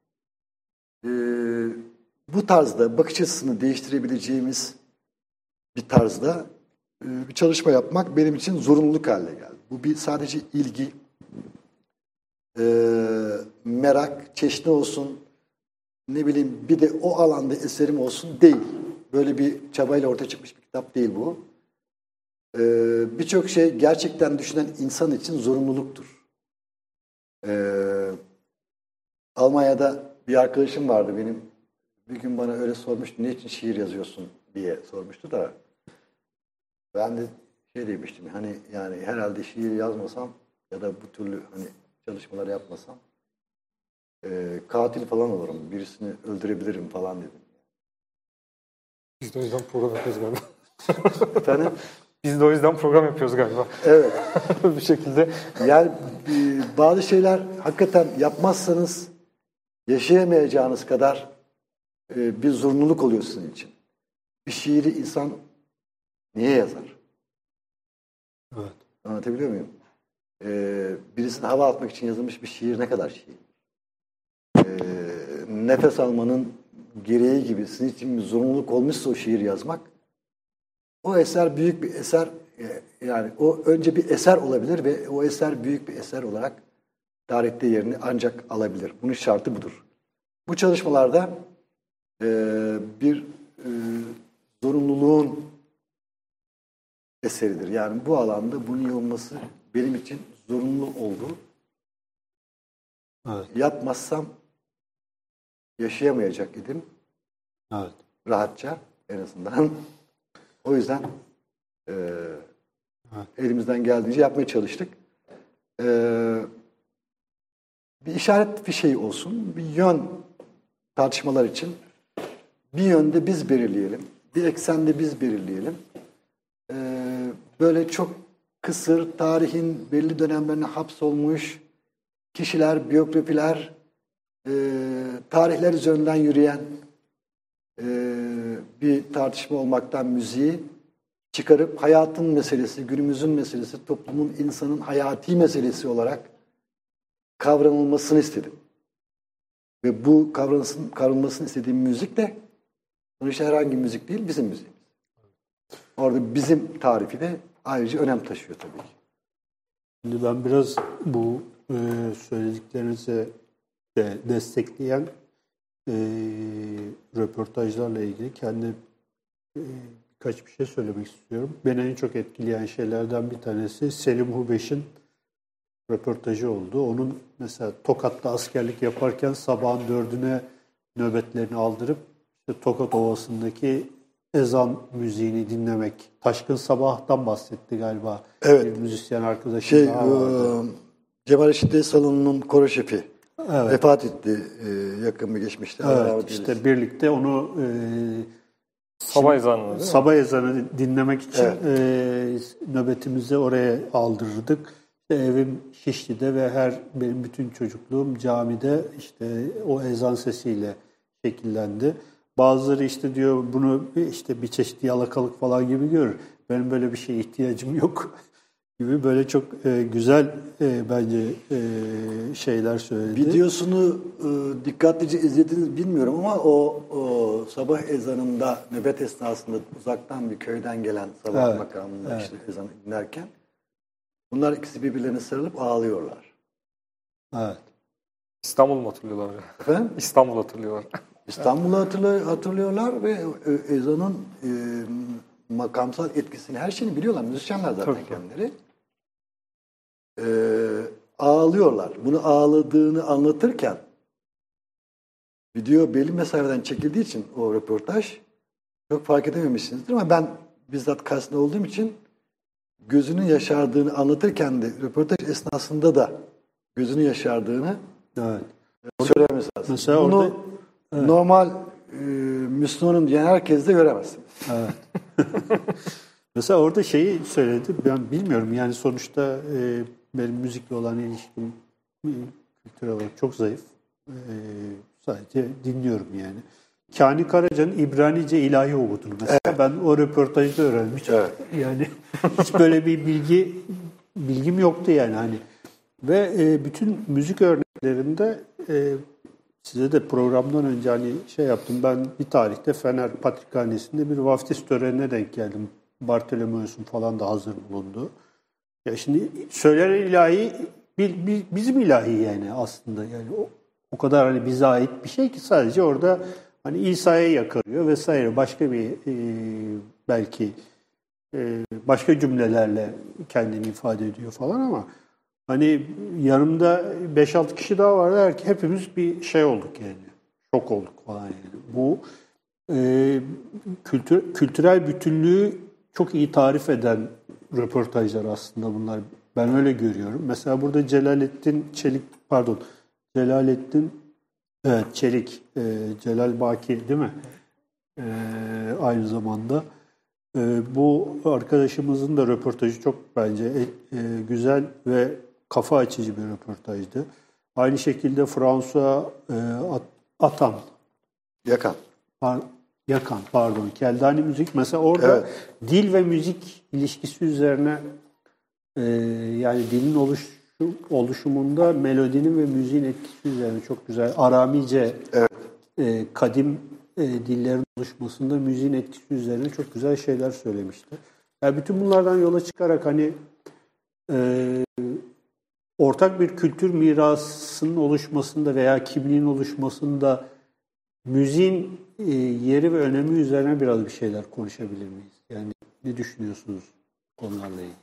B: bu tarzda bakış açısını değiştirebileceğimiz bir tarzda bir çalışma yapmak benim için zorunluluk haline geldi. Bu bir sadece ilgi, merak, çeşni olsun, ne bileyim bir de o alanda eserim olsun değil. Böyle bir çabayla ortaya çıkmış bir kitap değil bu. Birçok şey gerçekten düşünen insan için zorunluluktur. Almanya'da bir arkadaşım vardı benim. Bir gün bana öyle sormuştu, niçin şiir yazıyorsun diye sormuştu da ben de şey demiştim, hani yani herhalde şiir yazmasam ya da bu türlü hani çalışmalar yapmasam e, katil falan olurum, birisini öldürebilirim falan dedim.
C: Biz de o yüzden program yapıyoruz galiba.
B: Efendim?
C: Biz de o yüzden program yapıyoruz galiba.
B: Evet.
C: Bir şekilde.
B: Yani bazı şeyler hakikaten yapmazsanız yaşayamayacağınız kadar bir zorunluluk oluyor sizin için. Bir şiiri insan niye yazar?
A: Evet.
B: Anlatabiliyor muyum? Ee, birisine hava atmak için yazılmış bir şiir ne kadar şiir? Ee, nefes almanın gereği gibi sizin için bir zorunluluk olmuşsa o şiir yazmak, o eser büyük bir eser, yani o önce bir eser olabilir ve o eser büyük bir eser olarak tarihte yerini ancak alabilir. Bunun şartı budur. Bu çalışmalarda e, bir e, zorunluluğun eseridir. Yani bu alanda bunun olması benim için zorunlu oldu.
A: Evet.
B: Yapmazsam yaşayamayacak idim.
A: Evet.
B: Rahatça en azından. O yüzden e, evet. elimizden geldiğince yapmaya çalıştık. E, bir işaret bir şey olsun, bir yön tartışmalar için bir yönde biz belirleyelim, bir eksende biz belirleyelim. E, böyle çok kısır, tarihin belli dönemlerine hapsolmuş kişiler, biyografiler, e, tarihler üzerinden yürüyen e, bir tartışma olmaktan müziği çıkarıp hayatın meselesi, günümüzün meselesi, toplumun, insanın hayati meselesi olarak kavranılmasını istedim. Ve bu kavranılmasını, kavranılmasını istediğim müzik de sonuçta herhangi müzik değil, bizim müziğimiz. Orada bizim tarifi de ayrıca önem taşıyor tabii ki.
A: Şimdi ben biraz bu e, söylediklerinizi de destekleyen e, röportajlarla ilgili kendi e, birkaç bir şey söylemek istiyorum. Beni en çok etkileyen şeylerden bir tanesi Selim Hubeş'in röportajı oldu. Onun mesela Tokat'ta askerlik yaparken sabahın dördüne nöbetlerini aldırıp işte Tokat Ovası'ndaki ezan müziğini dinlemek. Taşkın Sabah'tan bahsetti galiba.
B: Evet.
A: Bir müzisyen arkadaşım
B: şey,
A: daha vardı.
B: E, Cemal Reşit Salon'un koro şefi.
A: Evet.
B: Vefat etti e, yakın bir geçmişte.
A: Evet, işte birlikte onu e,
C: sabah ezanı
A: sabah ezanı dinlemek için
B: evet.
A: e, nöbetimizi oraya aldırırdık. işte evim Şişli'de ve her benim bütün çocukluğum camide işte o ezan sesiyle şekillendi. Bazıları işte diyor bunu işte bir çeşit yalakalık falan gibi görür. Benim böyle bir şeye ihtiyacım yok gibi böyle çok e, güzel e, bence e, şeyler söyledi.
B: Videosunu e, dikkatlice izlediniz bilmiyorum ama o, o sabah ezanında nöbet esnasında uzaktan bir köyden gelen sabah
A: Evet,
B: makamında
A: evet.
B: işte ezanı dinlerken bunlar ikisi birbirlerine sarılıp ağlıyorlar.
A: Evet.
C: İstanbul mu hatırlıyorlar? hocam?
B: Efendim?
C: İstanbul hatırlıyorlar.
B: İstanbul'u hatırlıyor, hatırlıyorlar ve e, ezanın e, makamsal etkisini, her şeyini biliyorlar. Müzisyenler zaten
A: Tabii.
B: kendileri. E, ağlıyorlar. Bunu ağladığını anlatırken video belli mesafeden çekildiği için o röportaj çok fark edememişsinizdir ama ben bizzat karşısında olduğum için gözünün yaşardığını anlatırken de röportaj esnasında da gözünün yaşardığını
A: Evet.
B: söylememiz lazım.
A: Mesela
B: Bunu
A: orada evet.
B: normal e, Müslümanım diyen herkes de göremezsiniz.
A: Evet. Mesela orada şeyi söyledi. Ben bilmiyorum yani sonuçta e, benim müzikle olan ilişkim e, kültürel olarak çok zayıf. E, sadece dinliyorum yani. Kani Karaca'nın İbranice ilahi okuduğunu mesela evet. ben o röportajda öğrenmiştim.
B: Evet.
A: Yani hiç böyle bir bilgi bilgim yoktu yani hani. Ve e, bütün müzik örneklerinde e, size de programdan önce hani şey yaptım. Ben bir tarihte Fener Patrikhanesi'nde bir vaftiz törenine denk geldim. Bartolomeos'un falan da hazır bulundu. Ya şimdi söyler ilahi bir, bir, bizim ilahi yani aslında yani o, o kadar hani bize ait bir şey ki sadece orada hani İsa'ya yakarıyor vesaire başka bir e, belki e, başka cümlelerle kendini ifade ediyor falan ama hani yanımda beş altı kişi daha vardı. Her, hepimiz bir şey olduk yani. Şok olduk falan yani. Bu e, kültür, kültürel bütünlüğü çok iyi tarif eden röportajlar aslında bunlar. Ben öyle görüyorum. Mesela burada Celalettin Çelik, pardon, Celalettin evet, Çelik, e, Celal Bakir değil mi? E, aynı zamanda. E, bu arkadaşımızın da röportajı çok bence e, güzel ve kafa açıcı bir röportajdı. Aynı şekilde François e, Atan.
B: Yakan.
A: Par, Yakan pardon. Keldani Müzik. Mesela orada evet. dil ve müzik ilişkisi üzerine e, yani dilin oluşu, oluşumunda melodinin ve müziğin etkisi üzerine çok güzel. Aramice
B: evet.
A: e, kadim e, dillerin oluşmasında müziğin etkisi üzerine çok güzel şeyler söylemişti. Yani bütün bunlardan yola çıkarak hani e, ortak bir kültür mirasının oluşmasında veya kimliğin oluşmasında müziğin e, yeri ve önemi üzerine biraz bir şeyler konuşabilir miyiz? Yani ne düşünüyorsunuz konularla ilgili?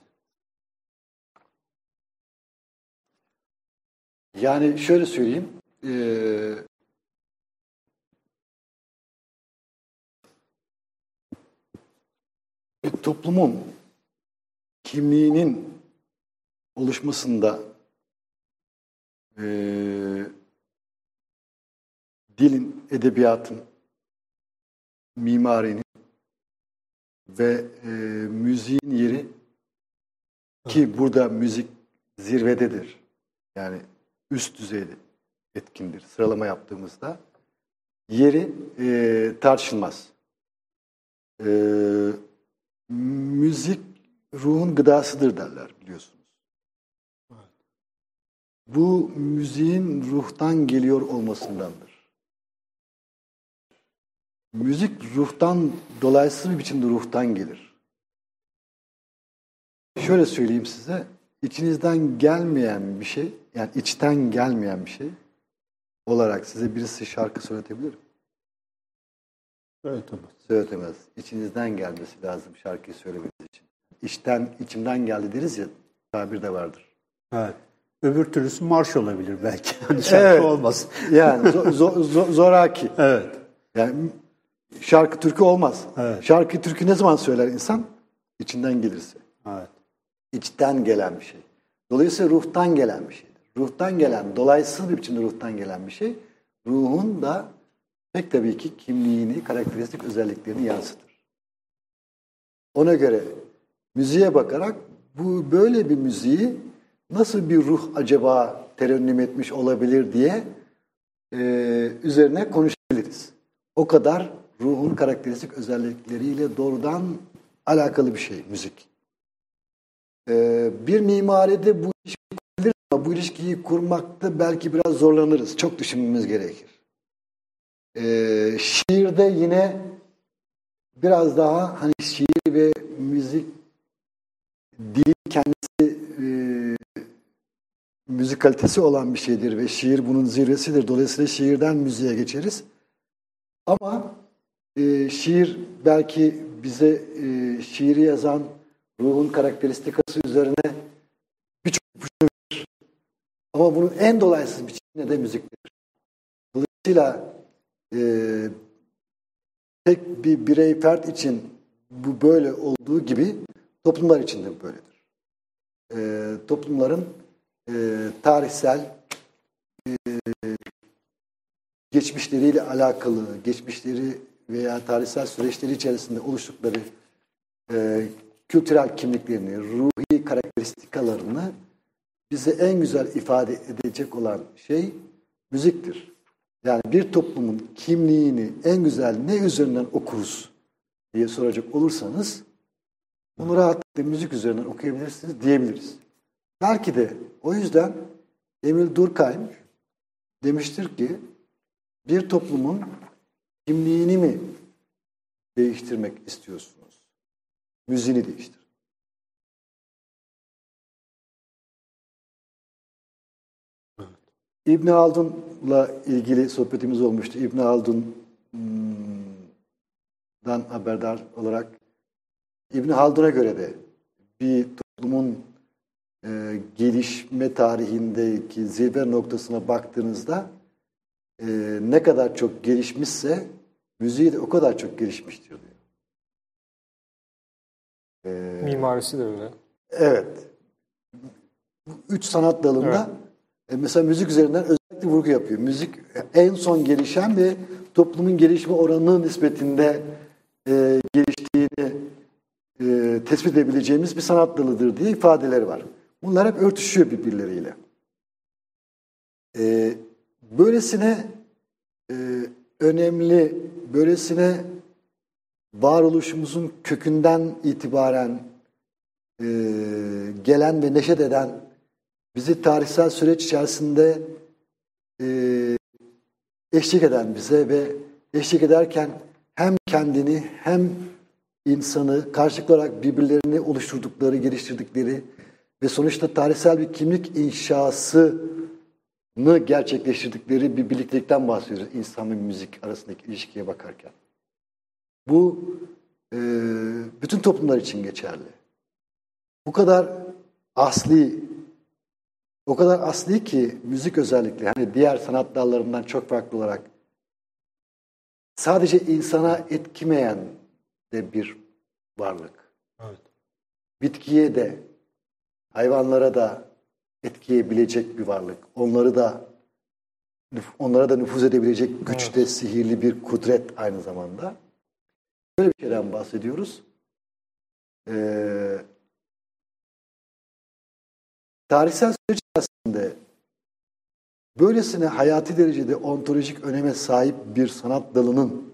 B: Yani şöyle söyleyeyim. Ee, bir toplumun kimliğinin oluşmasında e, dilin, edebiyatın, mimarinin ve e, müziğin yeri ki burada müzik zirvededir. Yani üst düzeyde etkindir. Sıralama yaptığımızda yeri e, tartışılmaz. E, müzik ruhun gıdasıdır derler biliyorsunuz. Bu müziğin ruhtan geliyor olmasındandır. Müzik ruhtan, dolayısız bir biçimde ruhtan gelir. Şöyle söyleyeyim size, içinizden gelmeyen bir şey, yani içten gelmeyen bir şey olarak size birisi şarkı söyletebilir mi?
A: Söyletemez.
B: Söyletemez. İçinizden gelmesi lazım şarkıyı söylemeniz için. İçten, içimden geldi deriz ya, tabir de vardır.
A: Evet. Öbür türlüsü marş olabilir belki. Hani şarkı evet. olmaz.
B: Yani zo, zo, zo, zoraki.
A: Evet.
B: Yani şarkı türkü olmaz.
A: Evet.
B: Şarkı türkü ne zaman söyler insan? İçinden gelirse.
A: Evet.
B: İçten gelen bir şey. Dolayısıyla ruhtan gelen bir şeydir. Ruhtan gelen, dolaysız bir biçimde ruhtan gelen bir şey, ruhun da pek tabii ki kimliğini, karakteristik özelliklerini yansıtır. Ona göre müziğe bakarak bu böyle bir müziği nasıl bir ruh acaba terennüm etmiş olabilir diye e, üzerine konuşabiliriz. O kadar ruhun karakteristik özellikleriyle doğrudan alakalı bir şey müzik. E, bir mimaride bu ilişkiyi kurabiliriz ama bu ilişkiyi kurmakta belki biraz zorlanırız. Çok düşünmemiz gerekir. E, şiirde yine biraz daha hani şiir ve müzik dil kendisi e, müzik kalitesi olan bir şeydir ve şiir bunun zirvesidir. Dolayısıyla şiirden müziğe geçeriz. Ama e, şiir belki bize e, şiiri yazan ruhun karakteristikası üzerine birçok ipucu verir. Ama bunun en dolaysız biçimi de müziktir. Dolayısıyla e, tek bir birey fert için bu böyle olduğu gibi toplumlar için de böyledir. E, toplumların e, tarihsel e, geçmişleriyle alakalı, geçmişleri veya tarihsel süreçleri içerisinde oluştukları e, kültürel kimliklerini, ruhi karakteristikalarını bize en güzel ifade edecek olan şey müziktir. Yani bir toplumun kimliğini en güzel ne üzerinden okuruz diye soracak olursanız bunu rahatlıkla müzik üzerinden okuyabilirsiniz diyebiliriz. Belki de o yüzden Emil Durkheim demiştir ki bir toplumun kimliğini mi değiştirmek istiyorsunuz? Müziğini değiştirin. Evet. İbn Haldun'la ilgili sohbetimiz olmuştu. İbn Haldun'dan haberdar olarak İbn Haldun'a göre de bir toplumun e, gelişme tarihindeki zirve noktasına baktığınızda e, ne kadar çok gelişmişse müziği de o kadar çok gelişmiştir diyor.
C: E, Mimarisi de öyle.
B: Evet. Üç sanat dalında evet. e, mesela müzik üzerinden özellikle vurgu yapıyor. Müzik en son gelişen ve toplumun gelişme oranının nispetinde e, geliştiğini e, tespit edebileceğimiz bir sanat dalıdır diye ifadeleri var. Bunlar hep örtüşüyor birbirleriyle. E, böylesine e, önemli, böylesine varoluşumuzun kökünden itibaren e, gelen ve neşet eden, bizi tarihsel süreç içerisinde e, eşlik eden bize ve eşlik ederken hem kendini hem insanı karşılıklı olarak birbirlerini oluşturdukları, geliştirdikleri ve sonuçta tarihsel bir kimlik inşasını gerçekleştirdikleri bir birliktelikten bahsediyoruz insan ve müzik arasındaki ilişkiye bakarken. Bu e, bütün toplumlar için geçerli. Bu kadar asli, o kadar asli ki müzik özellikle hani diğer sanat dallarından çok farklı olarak sadece insana etkimeyen de bir varlık. Evet. Bitkiye de, hayvanlara da etkileyebilecek bir varlık. Onları da onlara da nüfuz edebilecek güçte, evet. Sihirli bir kudret aynı zamanda. Böyle bir şeyden bahsediyoruz. Ee, tarihsel süreç içerisinde böylesine hayati derecede ontolojik öneme sahip bir sanat dalının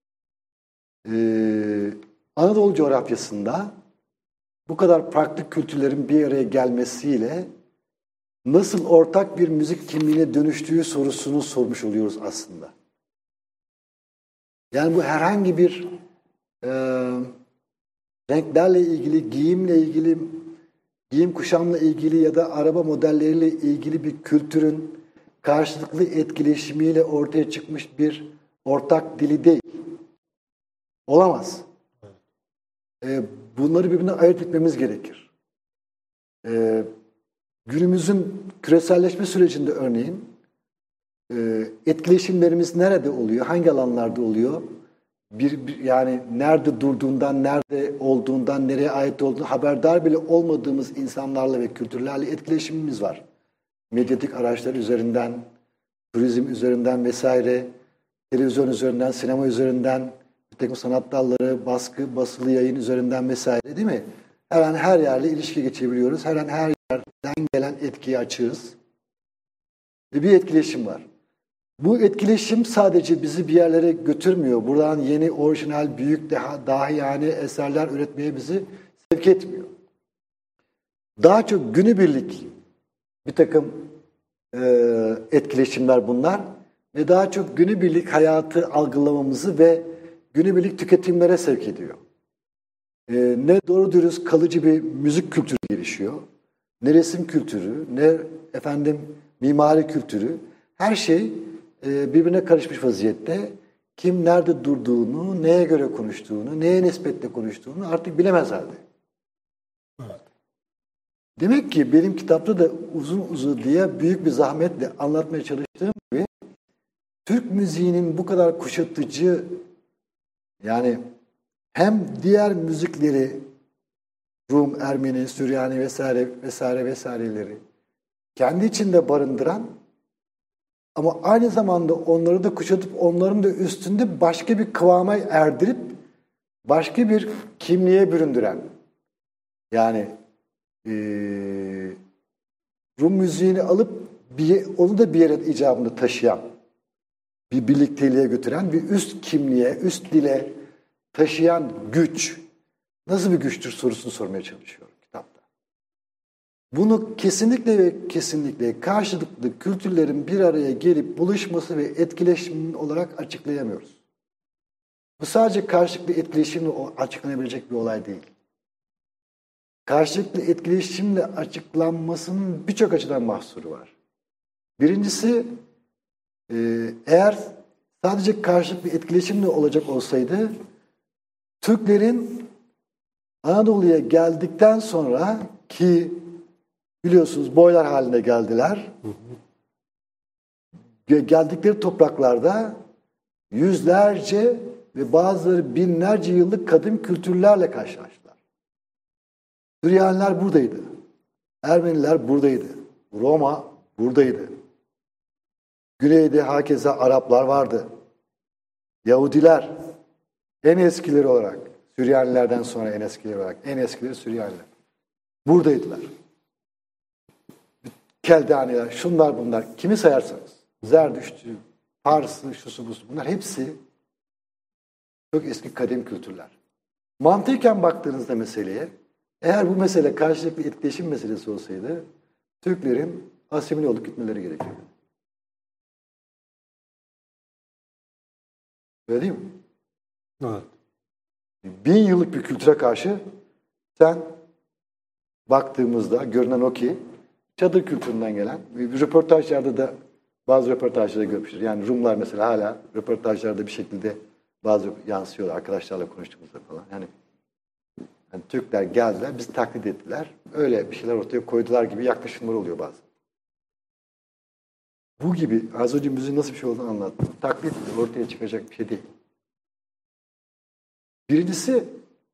B: Ee, Anadolu coğrafyasında bu kadar farklı kültürlerin bir araya gelmesiyle nasıl ortak bir müzik kimliğine dönüştüğü sorusunu sormuş oluyoruz aslında. Yani bu herhangi bir e, renklerle ilgili, giyimle ilgili, giyim kuşamla ilgili ya da araba modelleriyle ilgili bir kültürün karşılıklı etkileşimiyle ortaya çıkmış bir ortak dili değil. Olamaz. Ee, bunları birbirinden ayırt etmemiz gerekir. Ee, günümüzün küreselleşme sürecinde örneğin e, etkileşimlerimiz nerede oluyor? Hangi alanlarda oluyor? Bir, bir, yani nerede durduğundan, nerede olduğundan, nereye ait olduğunu haberdar bile olmadığımız insanlarla ve kültürlerle etkileşimimiz var. Medyatik araçlar üzerinden, turizm üzerinden vesaire, televizyon üzerinden, sinema üzerinden, bir takım sanat dalları, baskı, basılı yayın üzerinden vesaire değil mi? Her an her yerle ilişki geçebiliyoruz. Her an her yerden gelen etkiye açığız. Ve bir etkileşim var. Bu etkileşim sadece bizi bir yerlere götürmüyor. Buradan yeni, orijinal, büyük, daha, dahi yani eserler üretmeye bizi sevk etmiyor. Daha çok günübirlik bir takım e, etkileşimler bunlar. Ve daha çok günübirlik hayatı algılamamızı ve günübirlik tüketimlere sevk ediyor. E, ne doğru dürüst kalıcı bir müzik kültürü gelişiyor, ne resim kültürü, ne efendim mimari kültürü. Her şey e, birbirine karışmış vaziyette. Kim nerede durduğunu, neye göre konuştuğunu, neye nispetle konuştuğunu artık bilemez halde.
A: Evet.
B: Demek ki benim kitapta da uzun uzun diye büyük bir zahmetle anlatmaya çalıştığım gibi Türk müziğinin bu kadar kuşatıcı, yani hem diğer müzikleri, Rum, Ermeni, Süryani vesaire vesaire vesaireleri kendi içinde barındıran ama aynı zamanda onları da kuşatıp onların da üstünde başka bir kıvama erdirip başka bir kimliğe büründüren, yani e, Rum müziğini alıp bir, onu da bir yere icabında taşıyan, bir birlikteliğe götüren, bir üst kimliğe, üst dile taşıyan güç nasıl bir güçtür sorusunu sormaya çalışıyorum kitapta. Bunu kesinlikle ve kesinlikle karşılıklı kültürlerin bir araya gelip buluşması ve etkileşim olarak açıklayamıyoruz. Bu sadece karşılıklı etkileşimle açıklanabilecek bir olay değil. Karşılıklı etkileşimle açıklanmasının birçok açıdan mahsuru var. Birincisi, eğer sadece karşılıklı etkileşimle olacak olsaydı, Türklerin Anadolu'ya geldikten sonra ki biliyorsunuz boylar haline geldiler. Hı hı. Geldikleri topraklarda yüzlerce ve bazıları binlerce yıllık kadim kültürlerle karşılaştılar. Süryaniler buradaydı. Ermeniler buradaydı. Roma buradaydı. Güneyde hakeza Araplar vardı. Yahudiler en eskileri olarak, Süryanilerden sonra en eskileri olarak, en eskileri Süryaniler. Buradaydılar. Keldaniler, şunlar bunlar, kimi sayarsanız, Zerdüştü, Parslı, şusu busu, bunlar hepsi çok eski kadim kültürler. Mantıken baktığınızda meseleye, eğer bu mesele karşılıklı etkileşim meselesi olsaydı, Türklerin asimile olup gitmeleri gerekiyordu. Öyle değil mi?
A: Evet.
B: Bin yıllık bir kültüre karşı sen baktığımızda görünen o ki çadır kültüründen gelen, röportajlarda da bazı röportajlarda görmüşüz. Yani Rumlar mesela hala röportajlarda bir şekilde bazı yansıyorlar. Arkadaşlarla konuştuğumuzda falan. Yani, yani Türkler geldiler, bizi taklit ettiler. Öyle bir şeyler ortaya koydular gibi yaklaşımlar oluyor bazen. Bu gibi az önce müziğin nasıl bir şey olduğunu anlattım. Taklit ortaya çıkacak bir şey değil. Birincisi,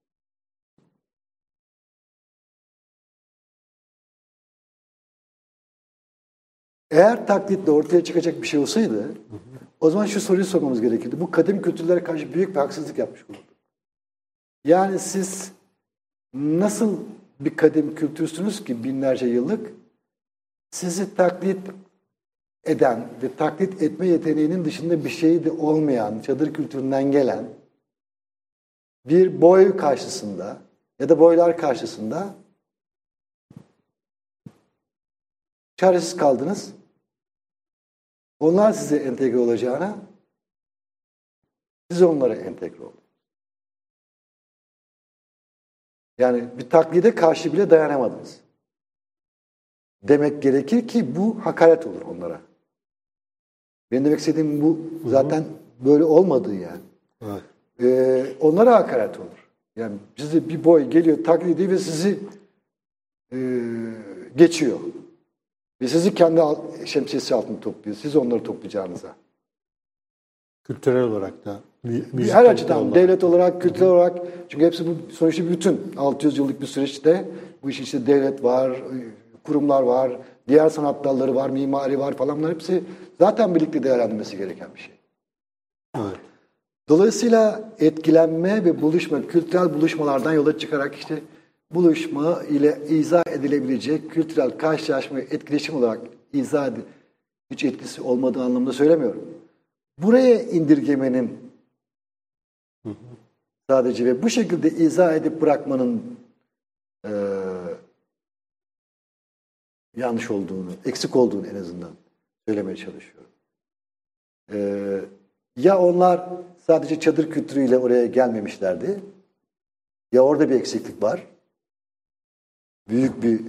B: eğer taklitle ortaya çıkacak bir şey olsaydı, hı hı, o zaman şu soruyu sormamız gerekirdi. Bu kadim kültürlere karşı büyük bir haksızlık yapmış olurduk. Yani siz nasıl bir kadim kültürsünüz ki binlerce yıllık, sizi taklit eden ve taklit etme yeteneğinin dışında bir şey de olmayan, çadır kültüründen gelen bir boy karşısında ya da boylar karşısında çaresiz kaldınız. Onlar size entegre olacağına siz onlara entegre olun. Yani bir taklide karşı bile dayanamadınız. Demek gerekir ki bu hakaret olur onlara. Benim demek istediğim bu zaten böyle olmadığı yani.
A: Evet.
B: Ee, onlara hakaret olur. Yani size bir boy geliyor, taklit ediyor ve sizi e, geçiyor. Ve sizi kendi şemsiyesi altında topluyor. Siz onları toplayacağınıza.
A: Kültürel olarak da.
B: Her açıdan, olarak. Devlet olarak, kültürel olarak. Çünkü hepsi bu sonuçta bir bütün. altı yüz yıllık bir süreçte bu işin içinde devlet var, kurumlar var, diğer sanat dalları var, mimari var falan. Bunlar hepsi zaten birlikte değerlendirmesi gereken bir şey.
A: Evet.
B: Dolayısıyla etkilenme ve buluşma, kültürel buluşmalardan yola çıkarak işte buluşma ile izah edilebilecek kültürel karşılaşma ve etkileşim olarak izah edilmiş güç etkisi olmadığı anlamında söylemiyorum. Buraya indirgemenin sadece ve bu şekilde izah edip bırakmanın e, yanlış olduğunu, eksik olduğunu en azından söylemeye çalışıyorum. E, ya onlar sadece çadır kültürüyle oraya gelmemişlerdi, ya orada bir eksiklik var. Büyük bir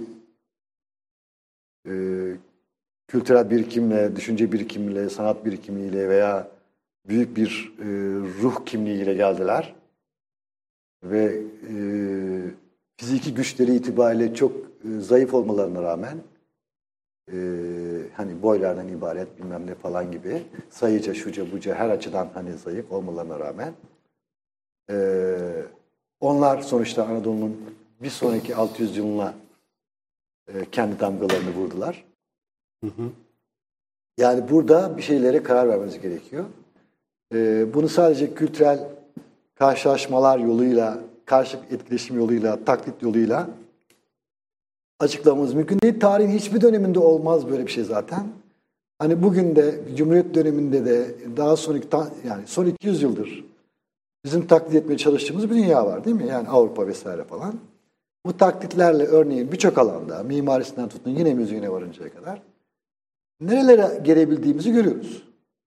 B: e, kültürel birikimle, düşünce birikimiyle, sanat birikimiyle veya büyük bir e, ruh kimliğiyle geldiler. Ve e, fiziki güçleri itibariyle çok e, zayıf olmalarına rağmen e, hani boylardan ibaret bilmem ne falan gibi sayıca, şuca, buca her açıdan hani zayıf olmalarına rağmen e, onlar sonuçta Anadolu'nun bir sonraki altı yüz yılına e, kendi damgalarını vurdular. Hı hı. Yani burada bir şeylere karar vermemiz gerekiyor. Ee, bunu sadece kültürel karşılaşmalar yoluyla, karşılıklı etkileşim yoluyla, taklit yoluyla açıklamamız mümkün değil. Tarihin hiçbir döneminde olmaz böyle bir şey zaten. Hani bugün de, Cumhuriyet döneminde de daha sonraki, yani son iki yüz yıldır bizim taklit etmeye çalıştığımız bir dünya var değil mi? Yani Avrupa vesaire falan. Bu taklitlerle örneğin birçok alanda, mimarisinden tutun yine müziğine varıncaya kadar nerelere gelebildiğimizi görüyoruz.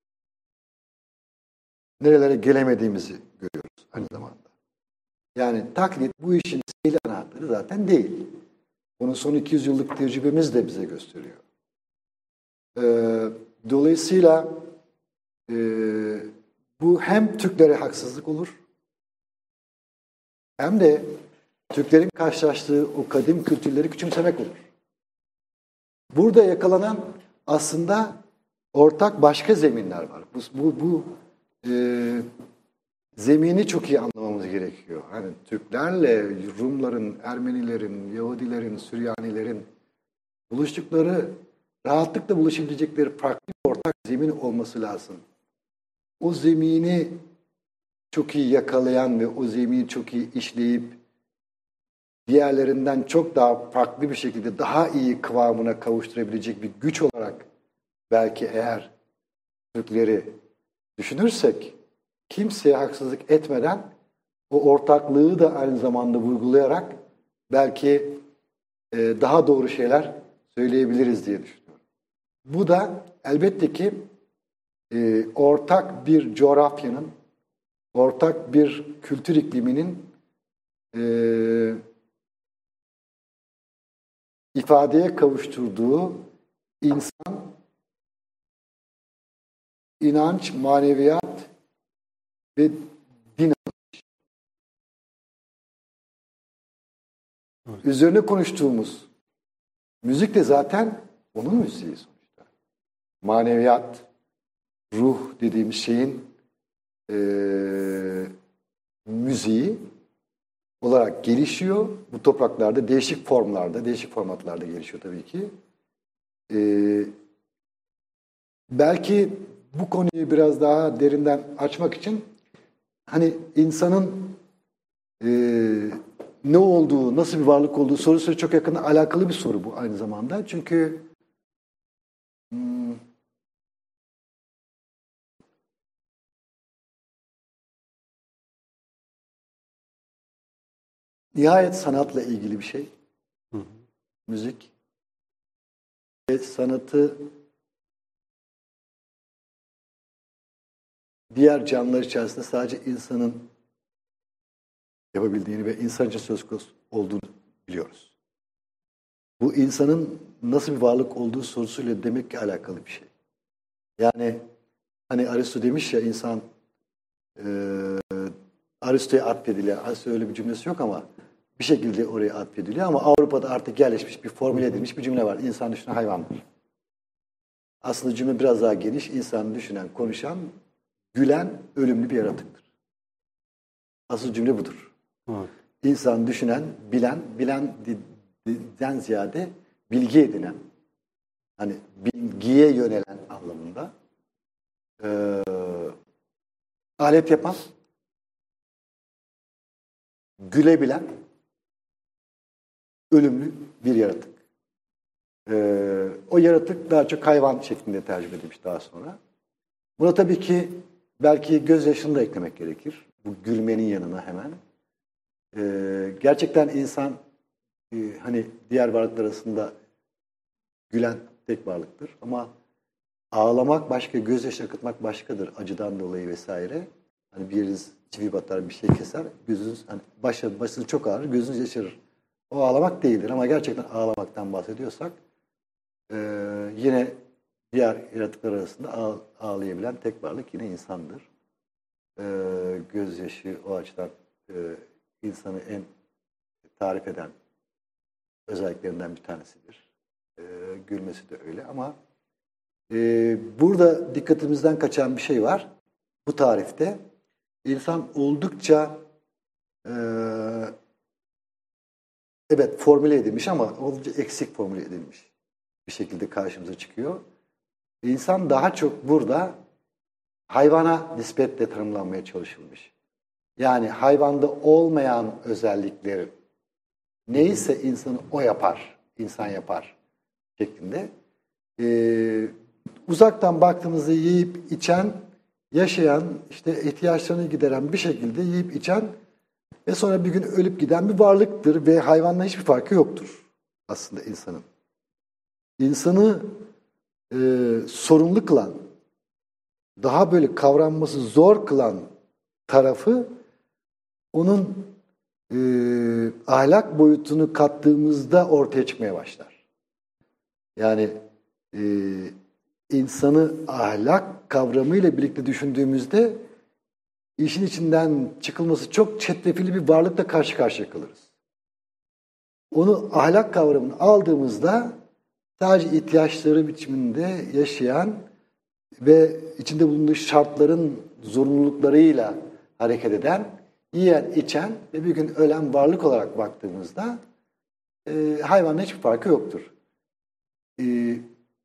B: Nerelere gelemediğimizi görüyoruz aynı zamanda. Yani taklit bu işin sihirli anahtarı zaten değil. Bunun son iki yüz yıllık tecrübemiz de bize gösteriyor. Ee, dolayısıyla e, bu hem Türklere haksızlık olur, hem de Türklerin karşılaştığı o kadim kültürleri küçümsemek olur. Burada yakalanan aslında ortak başka zeminler var. Bu, bu, bu e, zemini çok iyi anlamamız gerekiyor. Hani Türklerle Rumların, Ermenilerin, Yahudilerin, Süryanilerin buluştukları, rahatlıkla buluşabilecekleri farklı bir ortak zemin olması lazım. O zemini çok iyi yakalayan ve o zemini çok iyi işleyip diğerlerinden çok daha farklı bir şekilde daha iyi kıvamına kavuşturabilecek bir güç olarak belki eğer Türkleri düşünürsek kimseye haksızlık etmeden o ortaklığı da aynı zamanda vurgulayarak belki e, daha doğru şeyler söyleyebiliriz diye düşünüyorum. Bu da elbette ki e, ortak bir coğrafyanın, ortak bir kültür ikliminin e, ifadeye kavuşturduğu insan, inanç, maneviyat ve din. Evet. Üzerine konuştuğumuz müzik de zaten onun müziği sonuçta. Maneviyat, ruh dediğimiz şeyin e, müziği olarak gelişiyor. Bu topraklarda değişik formlarda, değişik formatlarda gelişiyor tabii ki. Ee, belki bu konuyu biraz daha derinden açmak için hani insanın e, ne olduğu, nasıl bir varlık olduğu sorusuyla çok yakın alakalı bir soru bu aynı zamanda. Çünkü hmm, nihayet sanatla ilgili bir şey. Hı hı. Müzik. Ve sanatı diğer canlılar içerisinde sadece insanın yapabildiğini ve insan için söz konusu olduğunu biliyoruz. Bu insanın nasıl bir varlık olduğu sorusuyla demek ki alakalı bir şey. Yani hani Aristo demiş ya insan e, Aristo'ya atfediliyor. Aristo öyle bir cümlesi yok ama bir şekilde oraya atfediliyor ama Avrupa'da artık yerleşmiş bir formüle edilmiş bir cümle var. İnsan düşünen hayvandır. Aslında cümle biraz daha geniş. İnsanı düşünen, konuşan, gülen, ölümlü bir yaratıktır. Asıl cümle budur. Evet. İnsan düşünen, bilen, bilenden ziyade bilgi edinen, hani bilgiye yönelen anlamında e, alet yapan, gülebilen ölümlü bir yaratık. Ee, o yaratık daha çok hayvan şeklinde tercüme edilmiş daha sonra. Buna tabii ki belki gözyaşını da eklemek gerekir. Bu gülmenin yanına hemen. Ee, gerçekten insan e, hani diğer varlıklar arasında gülen tek varlıktır. Ama ağlamak başka, gözyaşı akıtmak başkadır. Acıdan dolayı vesaire. Hani bir yeriniz çivi batar, bir şey keser. Gözünüz, hani başı, başınız çok ağrır, gözünüz yaşarır. O ağlamak değildir ama gerçekten ağlamaktan bahsediyorsak e, yine diğer yaratıklar arasında ağ, ağlayabilen tek varlık yine insandır. E, gözyaşı o açıdan e, insanı en tarif eden özelliklerinden bir tanesidir. E, gülmesi de öyle ama e, burada dikkatimizden kaçan bir şey var. Bu tarifte insan oldukça e, evet formüle edilmiş ama oldukça eksik formüle edilmiş bir şekilde karşımıza çıkıyor. İnsan daha çok burada hayvana nispetle tanımlanmaya çalışılmış. Yani hayvanda olmayan özellikleri neyse insanı o yapar, insan yapar şeklinde. Ee, uzaktan baktığımızda yiyip içen, yaşayan, işte ihtiyaçlarını gideren bir şekilde yiyip içen ve sonra bir gün ölüp giden bir varlıktır ve hayvanla hiçbir farkı yoktur aslında insanın. İnsanı e, sorumlu kılan, daha böyle kavranması zor kılan tarafı onun e, ahlak boyutunu kattığımızda ortaya çıkmaya başlar. Yani e, insanı ahlak kavramıyla birlikte düşündüğümüzde işin içinden çıkılması çok çetrefilli bir varlıkla karşı karşıya kalırız. Onu ahlak kavramını aldığımızda sadece ihtiyaçları biçiminde yaşayan ve içinde bulunduğu şartların zorunluluklarıyla hareket eden, yiyen, içen ve bir gün ölen varlık olarak baktığımızda e, hayvanla hiçbir farkı yoktur. E,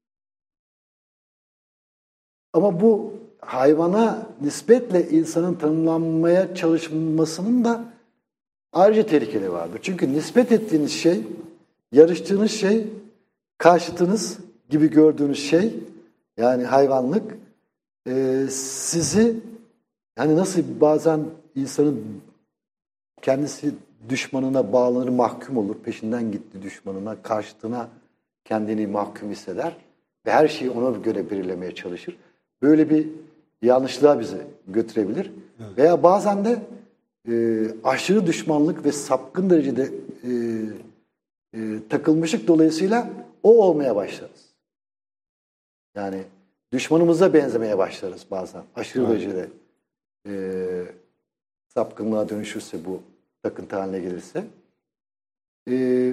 B: ama bu hayvana nispetle insanın tanımlanmaya çalışılmasının da ayrıca tehlikeleri vardır. Çünkü nispet ettiğiniz şey, yarıştığınız şey, karşıtınız gibi gördüğünüz şey, yani hayvanlık, e, sizi yani nasıl bazen insanın kendisi düşmanına bağlanır, mahkum olur, peşinden gitti düşmanına, karşıtına kendini mahkum hisseder ve her şeyi ona göre belirlemeye çalışır. Böyle bir yanlışlığa bizi götürebilir. Evet. Veya bazen de e, aşırı düşmanlık ve sapkın derecede e, e, takılmışlık dolayısıyla o olmaya başlarız. Yani düşmanımıza benzemeye başlarız bazen. Aşırı evet. derecede e, sapkınlığa dönüşürse, bu takıntı haline gelirse. E,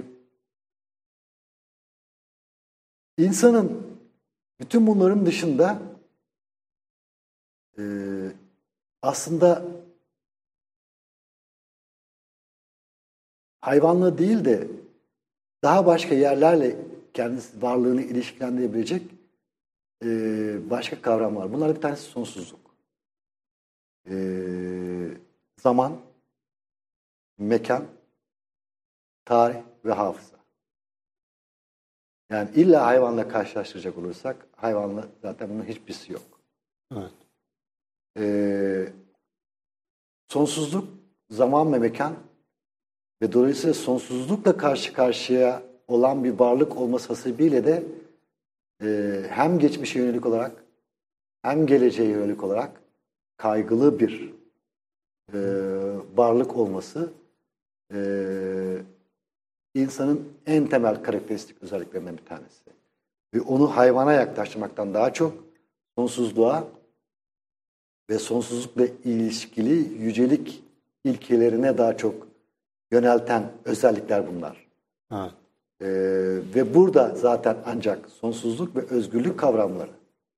B: insanın bütün bunların dışında e, aslında hayvanla değil de daha başka yerlerle kendisi varlığını ilişkilendirebilecek e, başka kavram var. Bunlardan bir tanesi sonsuzluk. E, zaman, mekan, tarih ve hafıza. Yani illa hayvanla karşılaştıracak olursak hayvanla zaten bunun hiçbirisi yok. Evet. E, sonsuzluk, zaman ve mekan ve dolayısıyla sonsuzlukla karşı karşıya olan bir varlık olması hasebiyle de e, hem geçmişe yönelik olarak hem geleceğe yönelik olarak kaygılı bir e, varlık olması e, insanın en temel karakteristik özelliklerinden bir tanesi. Ve onu hayvana yaklaştırmaktan daha çok sonsuzluğa ve sonsuzlukla ilişkili yücelik ilkelerine daha çok yönelten özellikler bunlar. Evet. Ee, ve burada zaten ancak sonsuzluk ve özgürlük kavramları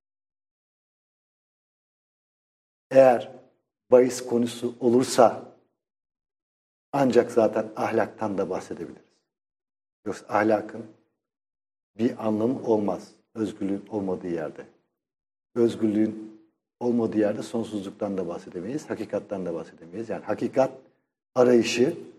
B: eğer bahis konusu olursa ancak zaten ahlaktan da bahsedebiliriz. Yoksa ahlakın bir anlamı olmaz özgürlüğün olmadığı yerde. Özgürlüğün olmadığı yerde sonsuzluktan da bahsedemeyiz, hakikattan da bahsedemeyiz. Yani hakikat arayışı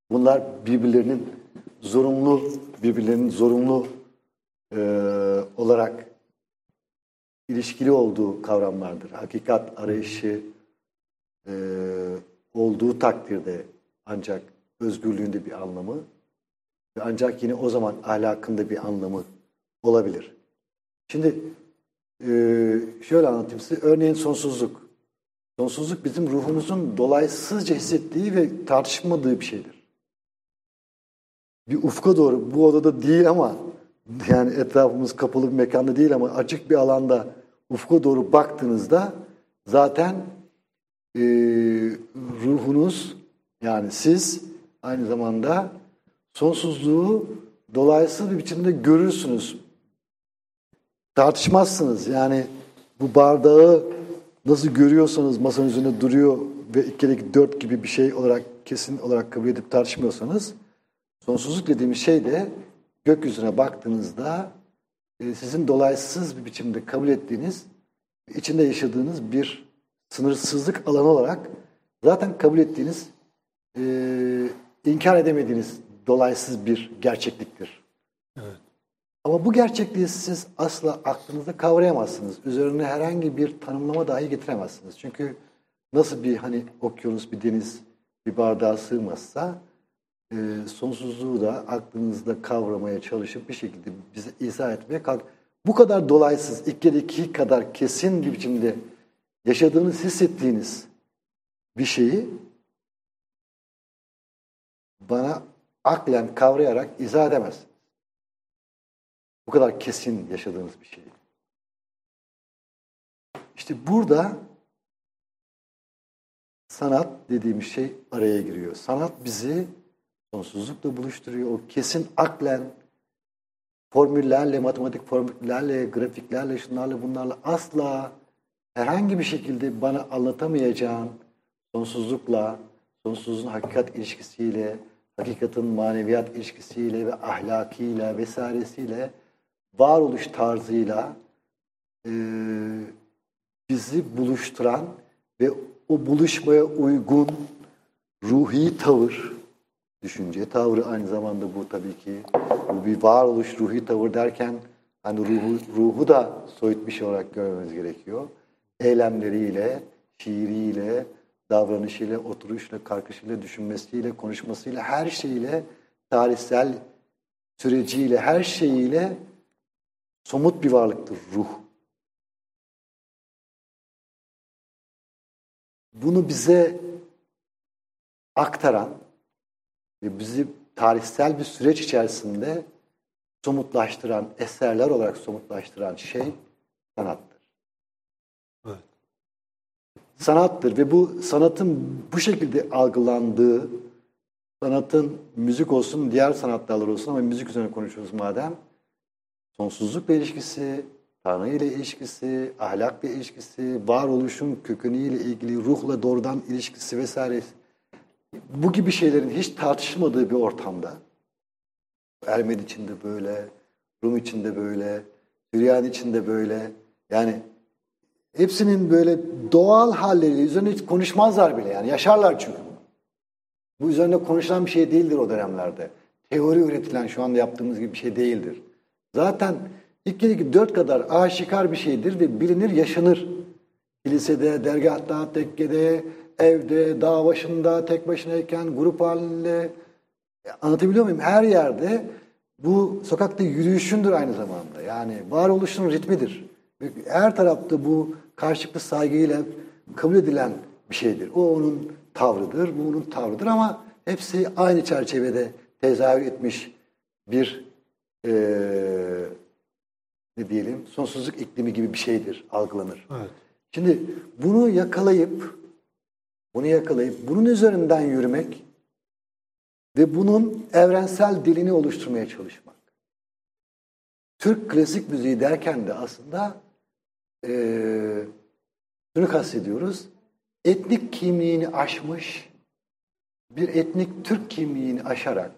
B: Bunlar birbirlerinin zorunlu, birbirlerinin zorunlu e, olarak ilişkili olduğu kavramlardır. Hakikat arayışı e, olduğu takdirde ancak özgürlüğünde bir anlamı ve ancak yine o zaman ahlakında bir anlamı olabilir. Şimdi e, şöyle anlatayım size. Örneğin sonsuzluk. Sonsuzluk bizim ruhumuzun dolaysızca hissettiği ve tartışmadığı bir şeydir. Bir ufka doğru, bu odada değil ama yani etrafımız kapalı bir mekanda değil ama açık bir alanda ufka doğru baktığınızda zaten e, ruhunuz yani siz aynı zamanda sonsuzluğu dolaysız bir biçimde görürsünüz. Tartışmazsınız. Yani bu bardağı nasıl görüyorsanız masanın üzerinde duruyor ve iki kere iki dört gibi bir şey olarak kesin olarak kabul edip tartışmıyorsanız sonsuzluk dediğimiz şey de gökyüzüne baktığınızda e, sizin dolaysız bir biçimde kabul ettiğiniz, içinde yaşadığınız bir sınırsızlık alanı olarak zaten kabul ettiğiniz, e, inkar edemediğiniz dolaysız bir gerçekliktir.
A: Evet.
B: Ama bu gerçekliği siz asla aklınızda kavrayamazsınız. Üzerine herhangi bir tanımlama dahi getiremezsiniz. Çünkü nasıl bir hani okyanus, bir deniz bir bardağa sığmazsa e, sonsuzluğu da aklınızda kavramaya çalışıp bir şekilde bize izah etmeye kalk. Bu kadar dolaysız, ilk kere iki kadar kesin bir biçimde yaşadığınız, hissettiğiniz bir şeyi bana aklen kavrayarak izah edemezsiniz. Bu kadar kesin yaşadığınız bir şey. İşte burada sanat dediğimiz şey araya giriyor. Sanat bizi sonsuzlukla buluşturuyor. O kesin aklen formüllerle, matematik formüllerle, grafiklerle, şunlarla bunlarla asla herhangi bir şekilde bana anlatamayacağın sonsuzlukla, sonsuzluğun hakikat ilişkisiyle, hakikatin maneviyat ilişkisiyle ve ahlakıyla vesairesiyle varoluş tarzıyla e, bizi buluşturan ve o buluşmaya uygun ruhi tavır, düşünce tavrı aynı zamanda bu tabii ki bu bir varoluş ruhi tavır derken hani ruhu, ruhu da soyut bir şey olarak görmemiz gerekiyor. Eylemleriyle, şiiriyle, davranışıyla, oturuşuyla, kalkışıyla, düşünmesiyle, konuşmasıyla, her şeyiyle, tarihsel süreciyle, her şeyiyle somut bir varlıktır ruh. Bunu bize aktaran ve bizi tarihsel bir süreç içerisinde somutlaştıran, eserler olarak somutlaştıran şey sanattır.
A: Evet.
B: Sanattır ve bu sanatın bu şekilde algılandığı, sanatın müzik olsun, diğer sanatlar olsun ama müzik üzerine konuşuyoruz madem, sonsuzlukla ilişkisi, Tanrı ile ilişkisi, ahlakla ilişkisi, varoluşun kökeniyle ilgili ruhla doğrudan ilişkisi vesaire. Bu gibi şeylerin hiç tartışılmadığı bir ortamda, Ermeni içinde böyle, Rum içinde böyle, Süryani içinde böyle, yani hepsinin böyle doğal halleriyle üzerine hiç konuşmazlar bile yani, yaşarlar çünkü. Bu üzerine konuşulan bir şey değildir o dönemlerde. Teori üretilen şu anda yaptığımız gibi bir şey değildir. Zaten ilk iki dört kadar aşikar bir şeydir ve bilinir, yaşanır. Kilisede, dergahta, tekkede, evde, dağ başında, tek başınayken, grup halinde, anlatabiliyor muyum? Her yerde bu sokakta yürüyüşündür aynı zamanda. Yani varoluşun ritmidir. Her tarafta bu karşılıklı saygıyla kabul edilen bir şeydir. O onun tavrıdır, bu onun tavrıdır ama hepsi aynı çerçevede tezahür etmiş bir ee, ne diyelim sonsuzluk iklimi gibi bir şeydir, algılanır.
A: Evet.
B: Şimdi bunu yakalayıp bunu yakalayıp bunun üzerinden yürümek ve bunun evrensel dilini oluşturmaya çalışmak. Türk klasik müziği derken de aslında ee, şunu kastediyoruz. Etnik kimliğini aşmış, bir etnik Türk kimliğini aşarak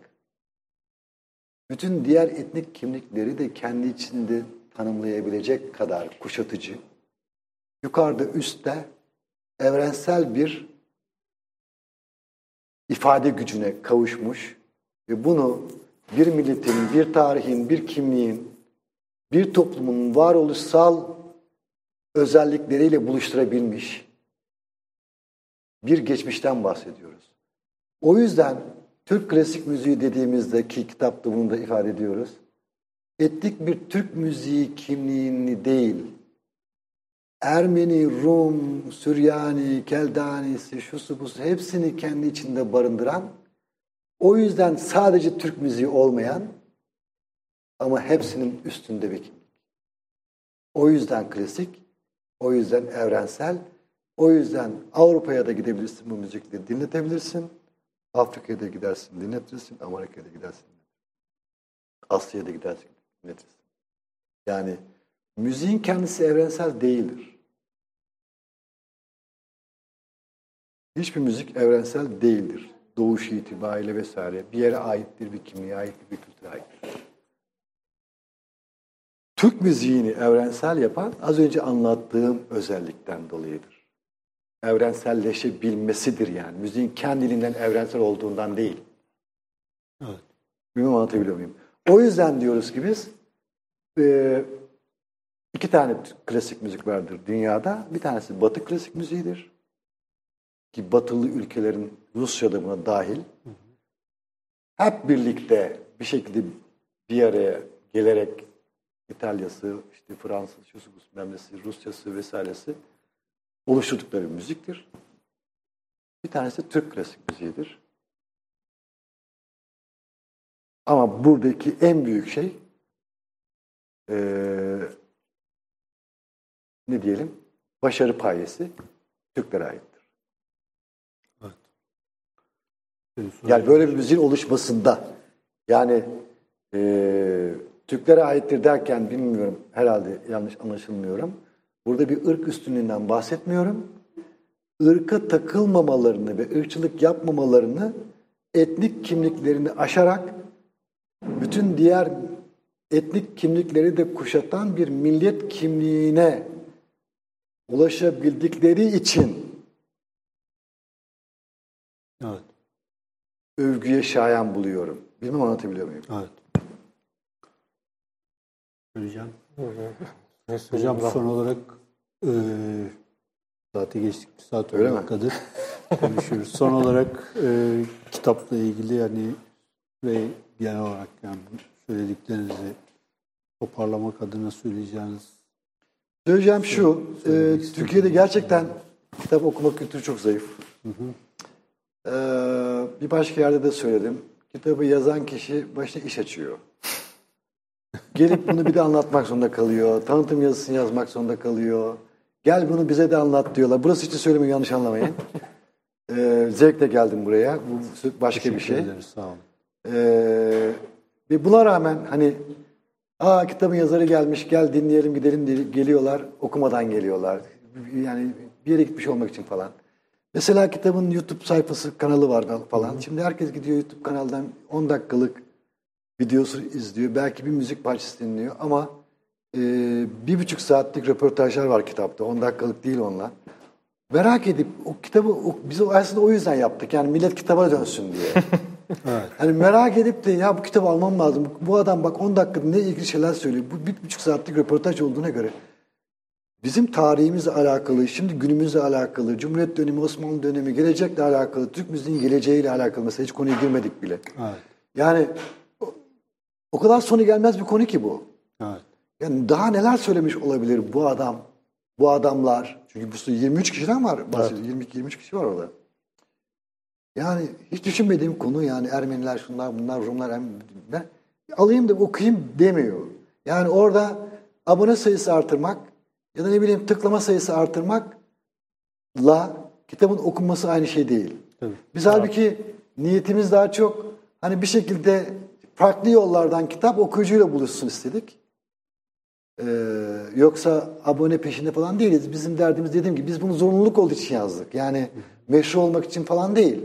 B: bütün diğer etnik kimlikleri de kendi içinde tanımlayabilecek kadar kuşatıcı, yukarıda üstte evrensel bir ifade gücüne kavuşmuş ve bunu bir milletin, bir tarihin, bir kimliğin, bir toplumun varoluşsal özellikleriyle buluşturabilmiş bir geçmişten bahsediyoruz. O yüzden Türk klasik müziği dediğimizde, ki kitapta bunu da ifade ediyoruz, etnik bir Türk müziği kimliğini değil, Ermeni, Rum, Süryani, Keldanisi, şusu busu hepsini kendi içinde barındıran, o yüzden sadece Türk müziği olmayan ama hepsinin üstünde bir kimlik. O yüzden klasik, o yüzden evrensel, o yüzden Avrupa'ya da gidebilirsin, bu müzikleri dinletebilirsin. Afrika'ya da gidersin, dinletirsin. Amerika'ya da gidersin. Asya'ya da gidersin, dinletirsin. Yani müziğin kendisi evrensel değildir. Hiçbir müzik evrensel değildir. Doğuş itibariyle vesaire. Bir yere aittir, bir kimliğe aittir, bir kültüre aittir. Türk müziğini evrensel yapan az önce anlattığım özellikten dolayıdır. Evrenselleşebilmesidir yani. Müziğin kendiliğinden evrensel olduğundan değil.
A: Evet.
B: Bilmiyorum, anlatabiliyor muyum? O yüzden diyoruz ki biz e, iki tane klasik müzik vardır dünyada. Bir tanesi Batı klasik müziğidir. Ki batılı ülkelerin, Rusya da buna dahil. Hı hı. Hep birlikte bir şekilde bir araya gelerek İtalya'sı, işte Fransız, şusu, memlesi, Rusya'sı vesairesi oluşturdukları bir müziktir. Bir tanesi Türk klasik müziğidir. Ama buradaki en büyük şey ee, ne diyelim? Başarı payesi Türklere aittir.
A: Evet.
B: Yani böyle bir müziğin oluşmasında, yani ee, Türklere aittir derken bilmiyorum, herhalde yanlış anlaşılmıyorum. Burada bir ırk üstünlüğünden bahsetmiyorum. Irka takılmamalarını ve ırkçılık yapmamalarını, etnik kimliklerini aşarak bütün diğer etnik kimlikleri de kuşatan bir millet kimliğine ulaşabildikleri için
A: evet.
B: övgüye şayan buluyorum. Bilmem anlatabiliyor muyum?
A: Evet. Hocam. Hocam son olarak e, saati geçtik, bir saat on dakikadır konuşuyoruz. Son olarak e, kitapla ilgili yani ve genel olarak yani söylediklerinizi toparlamak adına söyleyeceğiniz.
B: Söyleyeceğim şu, e, Türkiye'de gerçekten kitap okuma kültürü çok zayıf. Hı hı. E, bir başka yerde de söyledim. Kitabı yazan kişi başına iş açıyor. Gelip bunu bir de anlatmak zorunda kalıyor. Tanıtım yazısını yazmak zorunda kalıyor. Gel bunu bize de anlat diyorlar. Burası için söylemiyorum, yanlış anlamayın. Ee, zevkle geldim buraya. Bu başka bir şey.
A: Ederiz, sağ olun.
B: Ee, ve buna rağmen hani aa kitabın yazarı gelmiş, gel dinleyelim gidelim diye geliyorlar. Okumadan geliyorlar. Yani bir yere gitmiş olmak için falan. Mesela kitabın YouTube sayfası, kanalı var falan. Hı. Şimdi herkes gidiyor YouTube kanaldan on dakikalık videosu izliyor. Belki bir müzik parçası dinliyor ama e, bir buçuk saatlik röportajlar var kitapta. On dakikalık değil onlar. Merak edip o kitabı o, biz aslında o yüzden yaptık. Yani millet kitaba dönsün diye. Evet. Hani merak edip de ya bu kitabı almam lazım. Bu adam bak on dakikada ne ilgili şeyler söylüyor. Bu bir buçuk saatlik röportaj olduğuna göre bizim tarihimizle alakalı, şimdi günümüzle alakalı, Cumhuriyet dönemi, Osmanlı dönemi, gelecekle alakalı, Türk müziğinin geleceğiyle alakalı mesela hiç konuya girmedik bile. Evet. Yani o, o kadar sonu gelmez bir konu ki bu. Evet. Yani daha neler söylemiş olabilir bu adam, bu adamlar. Çünkü bu yirmi üç kişiden var bahsediyor. Evet. yirmi iki yirmi üç kişi var orada. Yani hiç düşünmediğim konu yani Ermeniler, şunlar, bunlar, Rumlar, ben alayım da okuyayım demiyor. Yani orada abone sayısı artırmak ya da ne bileyim tıklama sayısı artırmakla kitabın okunması aynı şey değil. Tabii. Biz evet. halbuki niyetimiz daha çok hani bir şekilde farklı yollardan kitap okuyucuyla buluşsun istedik. Ee, yoksa abone peşinde falan değiliz. Bizim derdimiz dediğim gibi biz bunu zorunluluk olduğu için yazdık. Yani meşru olmak için falan değil.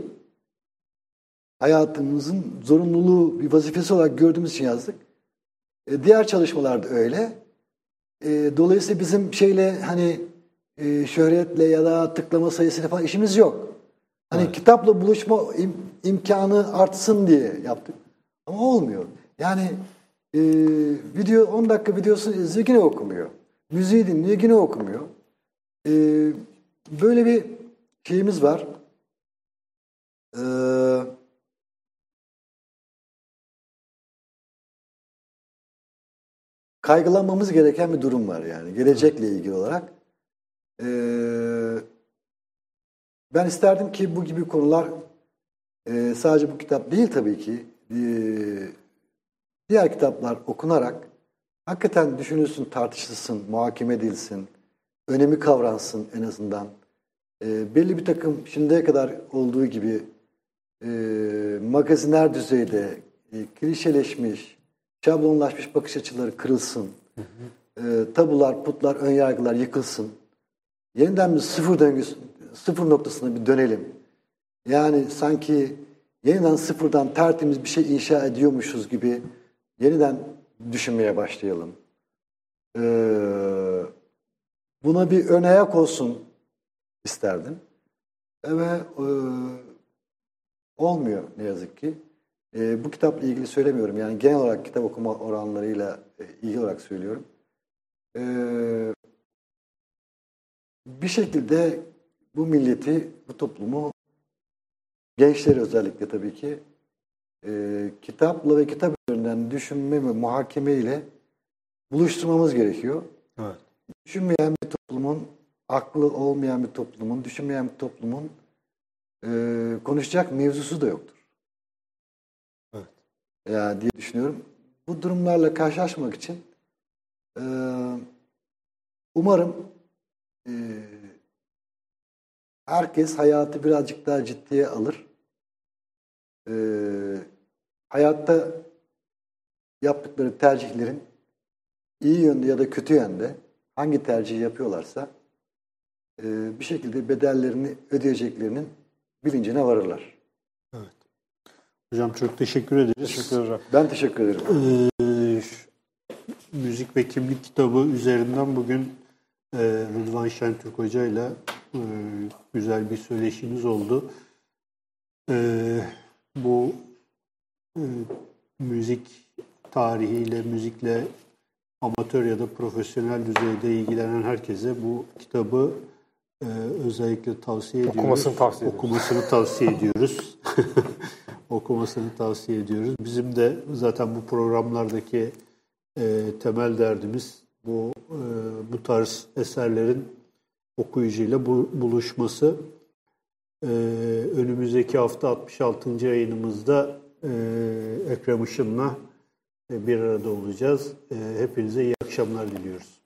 B: Hayatımızın zorunluluğu bir vazifesi olarak gördüğümüz için yazdık. Ee, diğer çalışmalarda öyle. Ee, dolayısıyla bizim şeyle hani e, şöhretle ya da tıklama sayısıyla falan işimiz yok. Hani
A: Evet.
B: kitapla buluşma im- imkanı artsın diye yaptık. Ama olmuyor. Yani e, video on dakika videosu izliyor yine okumuyor. Müziği dinliyor yine okumuyor. E, böyle bir şeyimiz var. Eee kaygılanmamız gereken bir durum var yani gelecekle ilgili olarak. Ee, ben isterdim ki bu gibi konular e, sadece bu kitap değil tabii ki e, diğer kitaplar okunarak hakikaten düşünülsün, tartışılsın, muhakeme edilsin, önemi kavransın en azından. E, belli bir takım şimdiye kadar olduğu gibi e, magaziner düzeyde e, klişeleşmiş, şablonlaşmış bakış açıları kırılsın. Hı hı. E, tabular, putlar, önyargılar yıkılsın. Yeniden bir sıfır döngüsü, sıfır noktasına bir dönelim. Yani sanki yeniden sıfırdan tertemiz bir şey inşa ediyormuşuz gibi yeniden düşünmeye başlayalım. E, buna bir ön ayak olsun isterdim. Ve e, olmuyor ne yazık ki. E, bu kitapla ilgili söylemiyorum. Yani genel olarak kitap okuma oranlarıyla e, ilgili olarak söylüyorum. E, bir şekilde bu milleti, bu toplumu, gençleri özellikle tabii ki e, kitapla ve kitap üzerinden düşünme ve muhakeme ile buluşturmamız gerekiyor.
A: Evet.
B: Düşünmeyen bir toplumun, aklı olmayan bir toplumun, düşünmeyen bir toplumun e, konuşacak mevzusu da yoktur.
A: Evet.
B: Ya diye düşünüyorum. Bu durumlarla karşılaşmak için e, umarım e, herkes hayatı birazcık daha ciddiye alır. E, hayatta yaptıkları tercihlerin iyi yönde ya da kötü yönde hangi tercihi yapıyorlarsa e, bir şekilde bedellerini ödeyeceklerinin bilincine varırlar.
A: Evet. Hocam çok teşekkür ederiz.
C: Teşekkür ederim.
B: Ben teşekkür ederim.
A: Ee, Müzik ve Kimlik kitabı üzerinden bugün e, Rıdvan Şentürk Hoca ile e, güzel bir söyleşimiz oldu. E, bu e, müzik tarihiyle, müzikle amatör ya da profesyonel düzeyde ilgilenen herkese bu kitabı e, özellikle tavsiye ediyoruz.
C: Okumasını tavsiye ediyoruz.
A: Okumasını tavsiye ediyoruz. Okumasını tavsiye ediyoruz. Bizim de zaten bu programlardaki e, temel derdimiz bu e, bu tarz eserlerin okuyucuyla bu, buluşması. E, önümüzdeki hafta altmış altıncı yayınımızda e, Ekrem Işın'la bir arada olacağız. Hepinize iyi akşamlar diliyoruz.